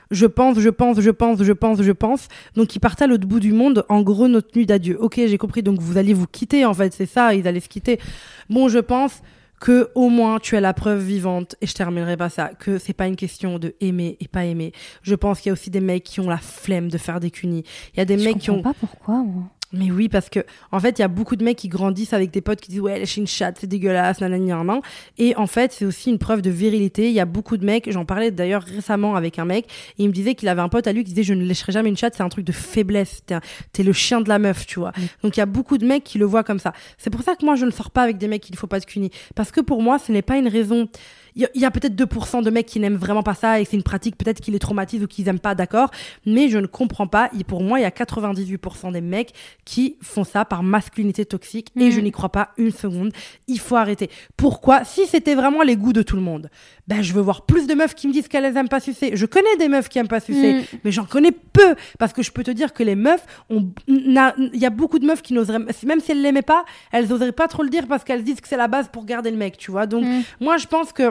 Donc, ils partaient à l'autre bout du monde. En gros, notre nuit d'adieu. Ok, j'ai compris. Donc, vous alliez vous quitter, en fait. C'est ça. Ils allaient se quitter. Bon, je pense que au moins tu as la preuve vivante, et je terminerai pas ça, que c'est pas une question de aimer et pas aimer. Je pense qu'il y a aussi des mecs qui ont la flemme de faire des cunis. Il y a des mecs qui ont... Je comprends pas pourquoi, moi. Mais oui, parce que en fait, il y a beaucoup de mecs qui grandissent avec des potes qui disent ouais, lâcher une chatte, c'est dégueulasse, nanani, et en fait, c'est aussi une preuve de virilité. Il y a beaucoup de mecs, j'en parlais d'ailleurs récemment avec un mec, et il me disait qu'il avait un pote à lui qui disait je ne lâcherai jamais une chatte, c'est un truc de faiblesse, t'es le chien de la meuf, tu vois. Donc il y a beaucoup de mecs qui le voient comme ça. C'est pour ça que moi je ne sors pas avec des mecs qu'il ne faut pas de cuni, parce que pour moi, ce n'est pas une raison. Il y a peut-être 2% de mecs qui n'aiment vraiment pas ça et c'est une pratique peut-être qui les traumatise ou qu'ils aiment pas, d'accord, mais je ne comprends pas. Et pour moi, il y a 98% des mecs qui font ça par masculinité toxique et je n'y crois pas une seconde. Il faut arrêter. Pourquoi? Si c'était vraiment les goûts de tout le monde, ben je veux voir plus de meufs qui me disent qu'elles aiment pas sucer. Je connais des meufs qui aiment pas sucer, mais j'en connais peu, parce que je peux te dire que les meufs, il y a beaucoup de meufs qui n'oseraient, même si elles l'aimaient pas, elles oseraient pas trop le dire parce qu'elles disent que c'est la base pour garder le mec, tu vois. Donc moi je pense que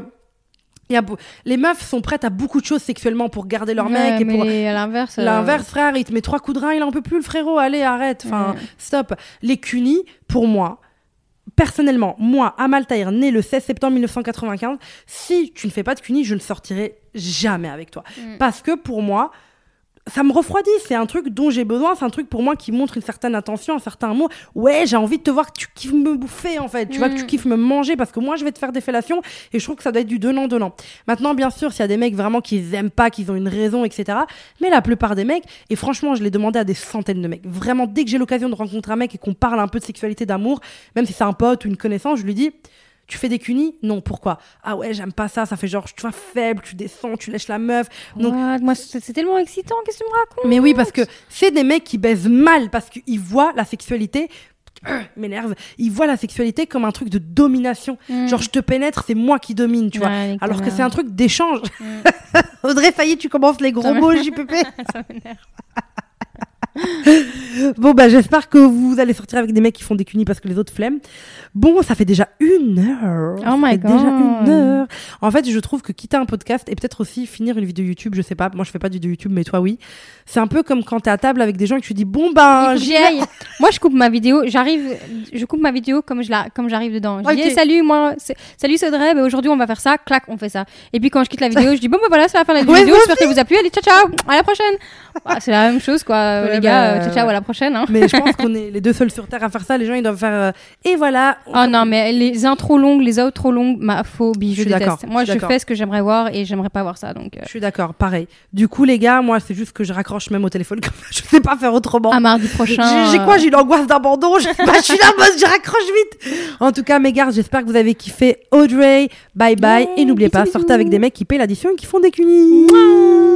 les meufs sont prêtes à beaucoup de choses sexuellement pour garder leur mec, et pour à l'inverse frère, il te met 3 coups de rein, il en peut plus le frérot, allez arrête, enfin stop. Les cunis, pour moi personnellement, moi Amal Tahir, né le 16 septembre 1995, si tu ne fais pas de cunis, je ne sortirai jamais avec toi, parce que pour moi ça me refroidit, c'est un truc dont j'ai besoin, c'est un truc pour moi qui montre une certaine attention, un certain amour. Ouais, j'ai envie de te voir que tu kiffes me bouffer, en fait. Tu vois, que tu kiffes me manger, parce que moi, je vais te faire des fellations, et je trouve que ça doit être du donnant-donnant. Maintenant, bien sûr, s'il y a des mecs vraiment qui aiment pas, qu'ils ont une raison, etc. Mais la plupart des mecs, et franchement, je l'ai demandé à des centaines de mecs. Vraiment, dès que j'ai l'occasion de rencontrer un mec et qu'on parle un peu de sexualité, d'amour, même si c'est un pote ou une connaissance, je lui dis... Tu fais des cunis? Non, pourquoi? Ah ouais, j'aime pas ça, ça fait genre, tu vois, faible, tu descends, tu lèches la meuf. Donc... Ouais, moi, c'est tellement excitant, qu'est-ce que tu me racontes? Mais oui, parce que c'est des mecs qui baisent mal, parce qu'ils voient la sexualité m'énerve, ils voient la sexualité comme un truc de domination. Genre, je te pénètre, c'est moi qui domine, tu vois. Alors que c'est un truc d'échange. Audrey, ça y est, tu commences les gros mots, JPP. Ça m'énerve. Bon, bah, j'espère que vous allez sortir avec des mecs qui font des cunis parce que les autres flemment. Bon, ça fait déjà 1 heure. Oh my God. Déjà 1 heure. En fait, je trouve que quitter un podcast et peut-être aussi finir une vidéo YouTube, je sais pas. Moi, je fais pas de vidéo YouTube, mais toi, oui. C'est un peu comme quand t'es à table avec des gens et que tu dis, bon, ben, j'y aille. Moi, je coupe ma vidéo. Je coupe ma vidéo comme j'arrive dedans. Je dis, salut, salut, c'est Audrey. Aujourd'hui, on va faire ça. Clac, on fait ça. Et puis, quand je quitte la vidéo, je dis, bon, ben voilà, c'est la fin de la vidéo. J'espère qu'elle vous a plu. Allez, ciao, ciao. À la prochaine. C'est la même chose, quoi. Les gars, ciao, ciao, à la prochaine. Hein. Mais je pense qu'on est les deux seuls sur Terre à faire ça. Les gens, ils doivent faire. Et voilà. Oh non, mais les intros longues, les outros longues, ma phobie, je déteste. Moi, je fais ce que j'aimerais voir et j'aimerais pas voir ça. Donc, je suis d'accord, pareil. Du coup, les gars, moi, c'est juste que je raccroche même au téléphone. Je sais pas faire autrement. À mardi prochain. J'ai quoi? J'ai l'angoisse d'abandon. Je suis là, je raccroche vite. En tout cas, mes gars, j'espère que vous avez kiffé Audrey. Bye bye. Et n'oubliez pas, sortez avec des mecs qui paient l'addition et qui font des cunis.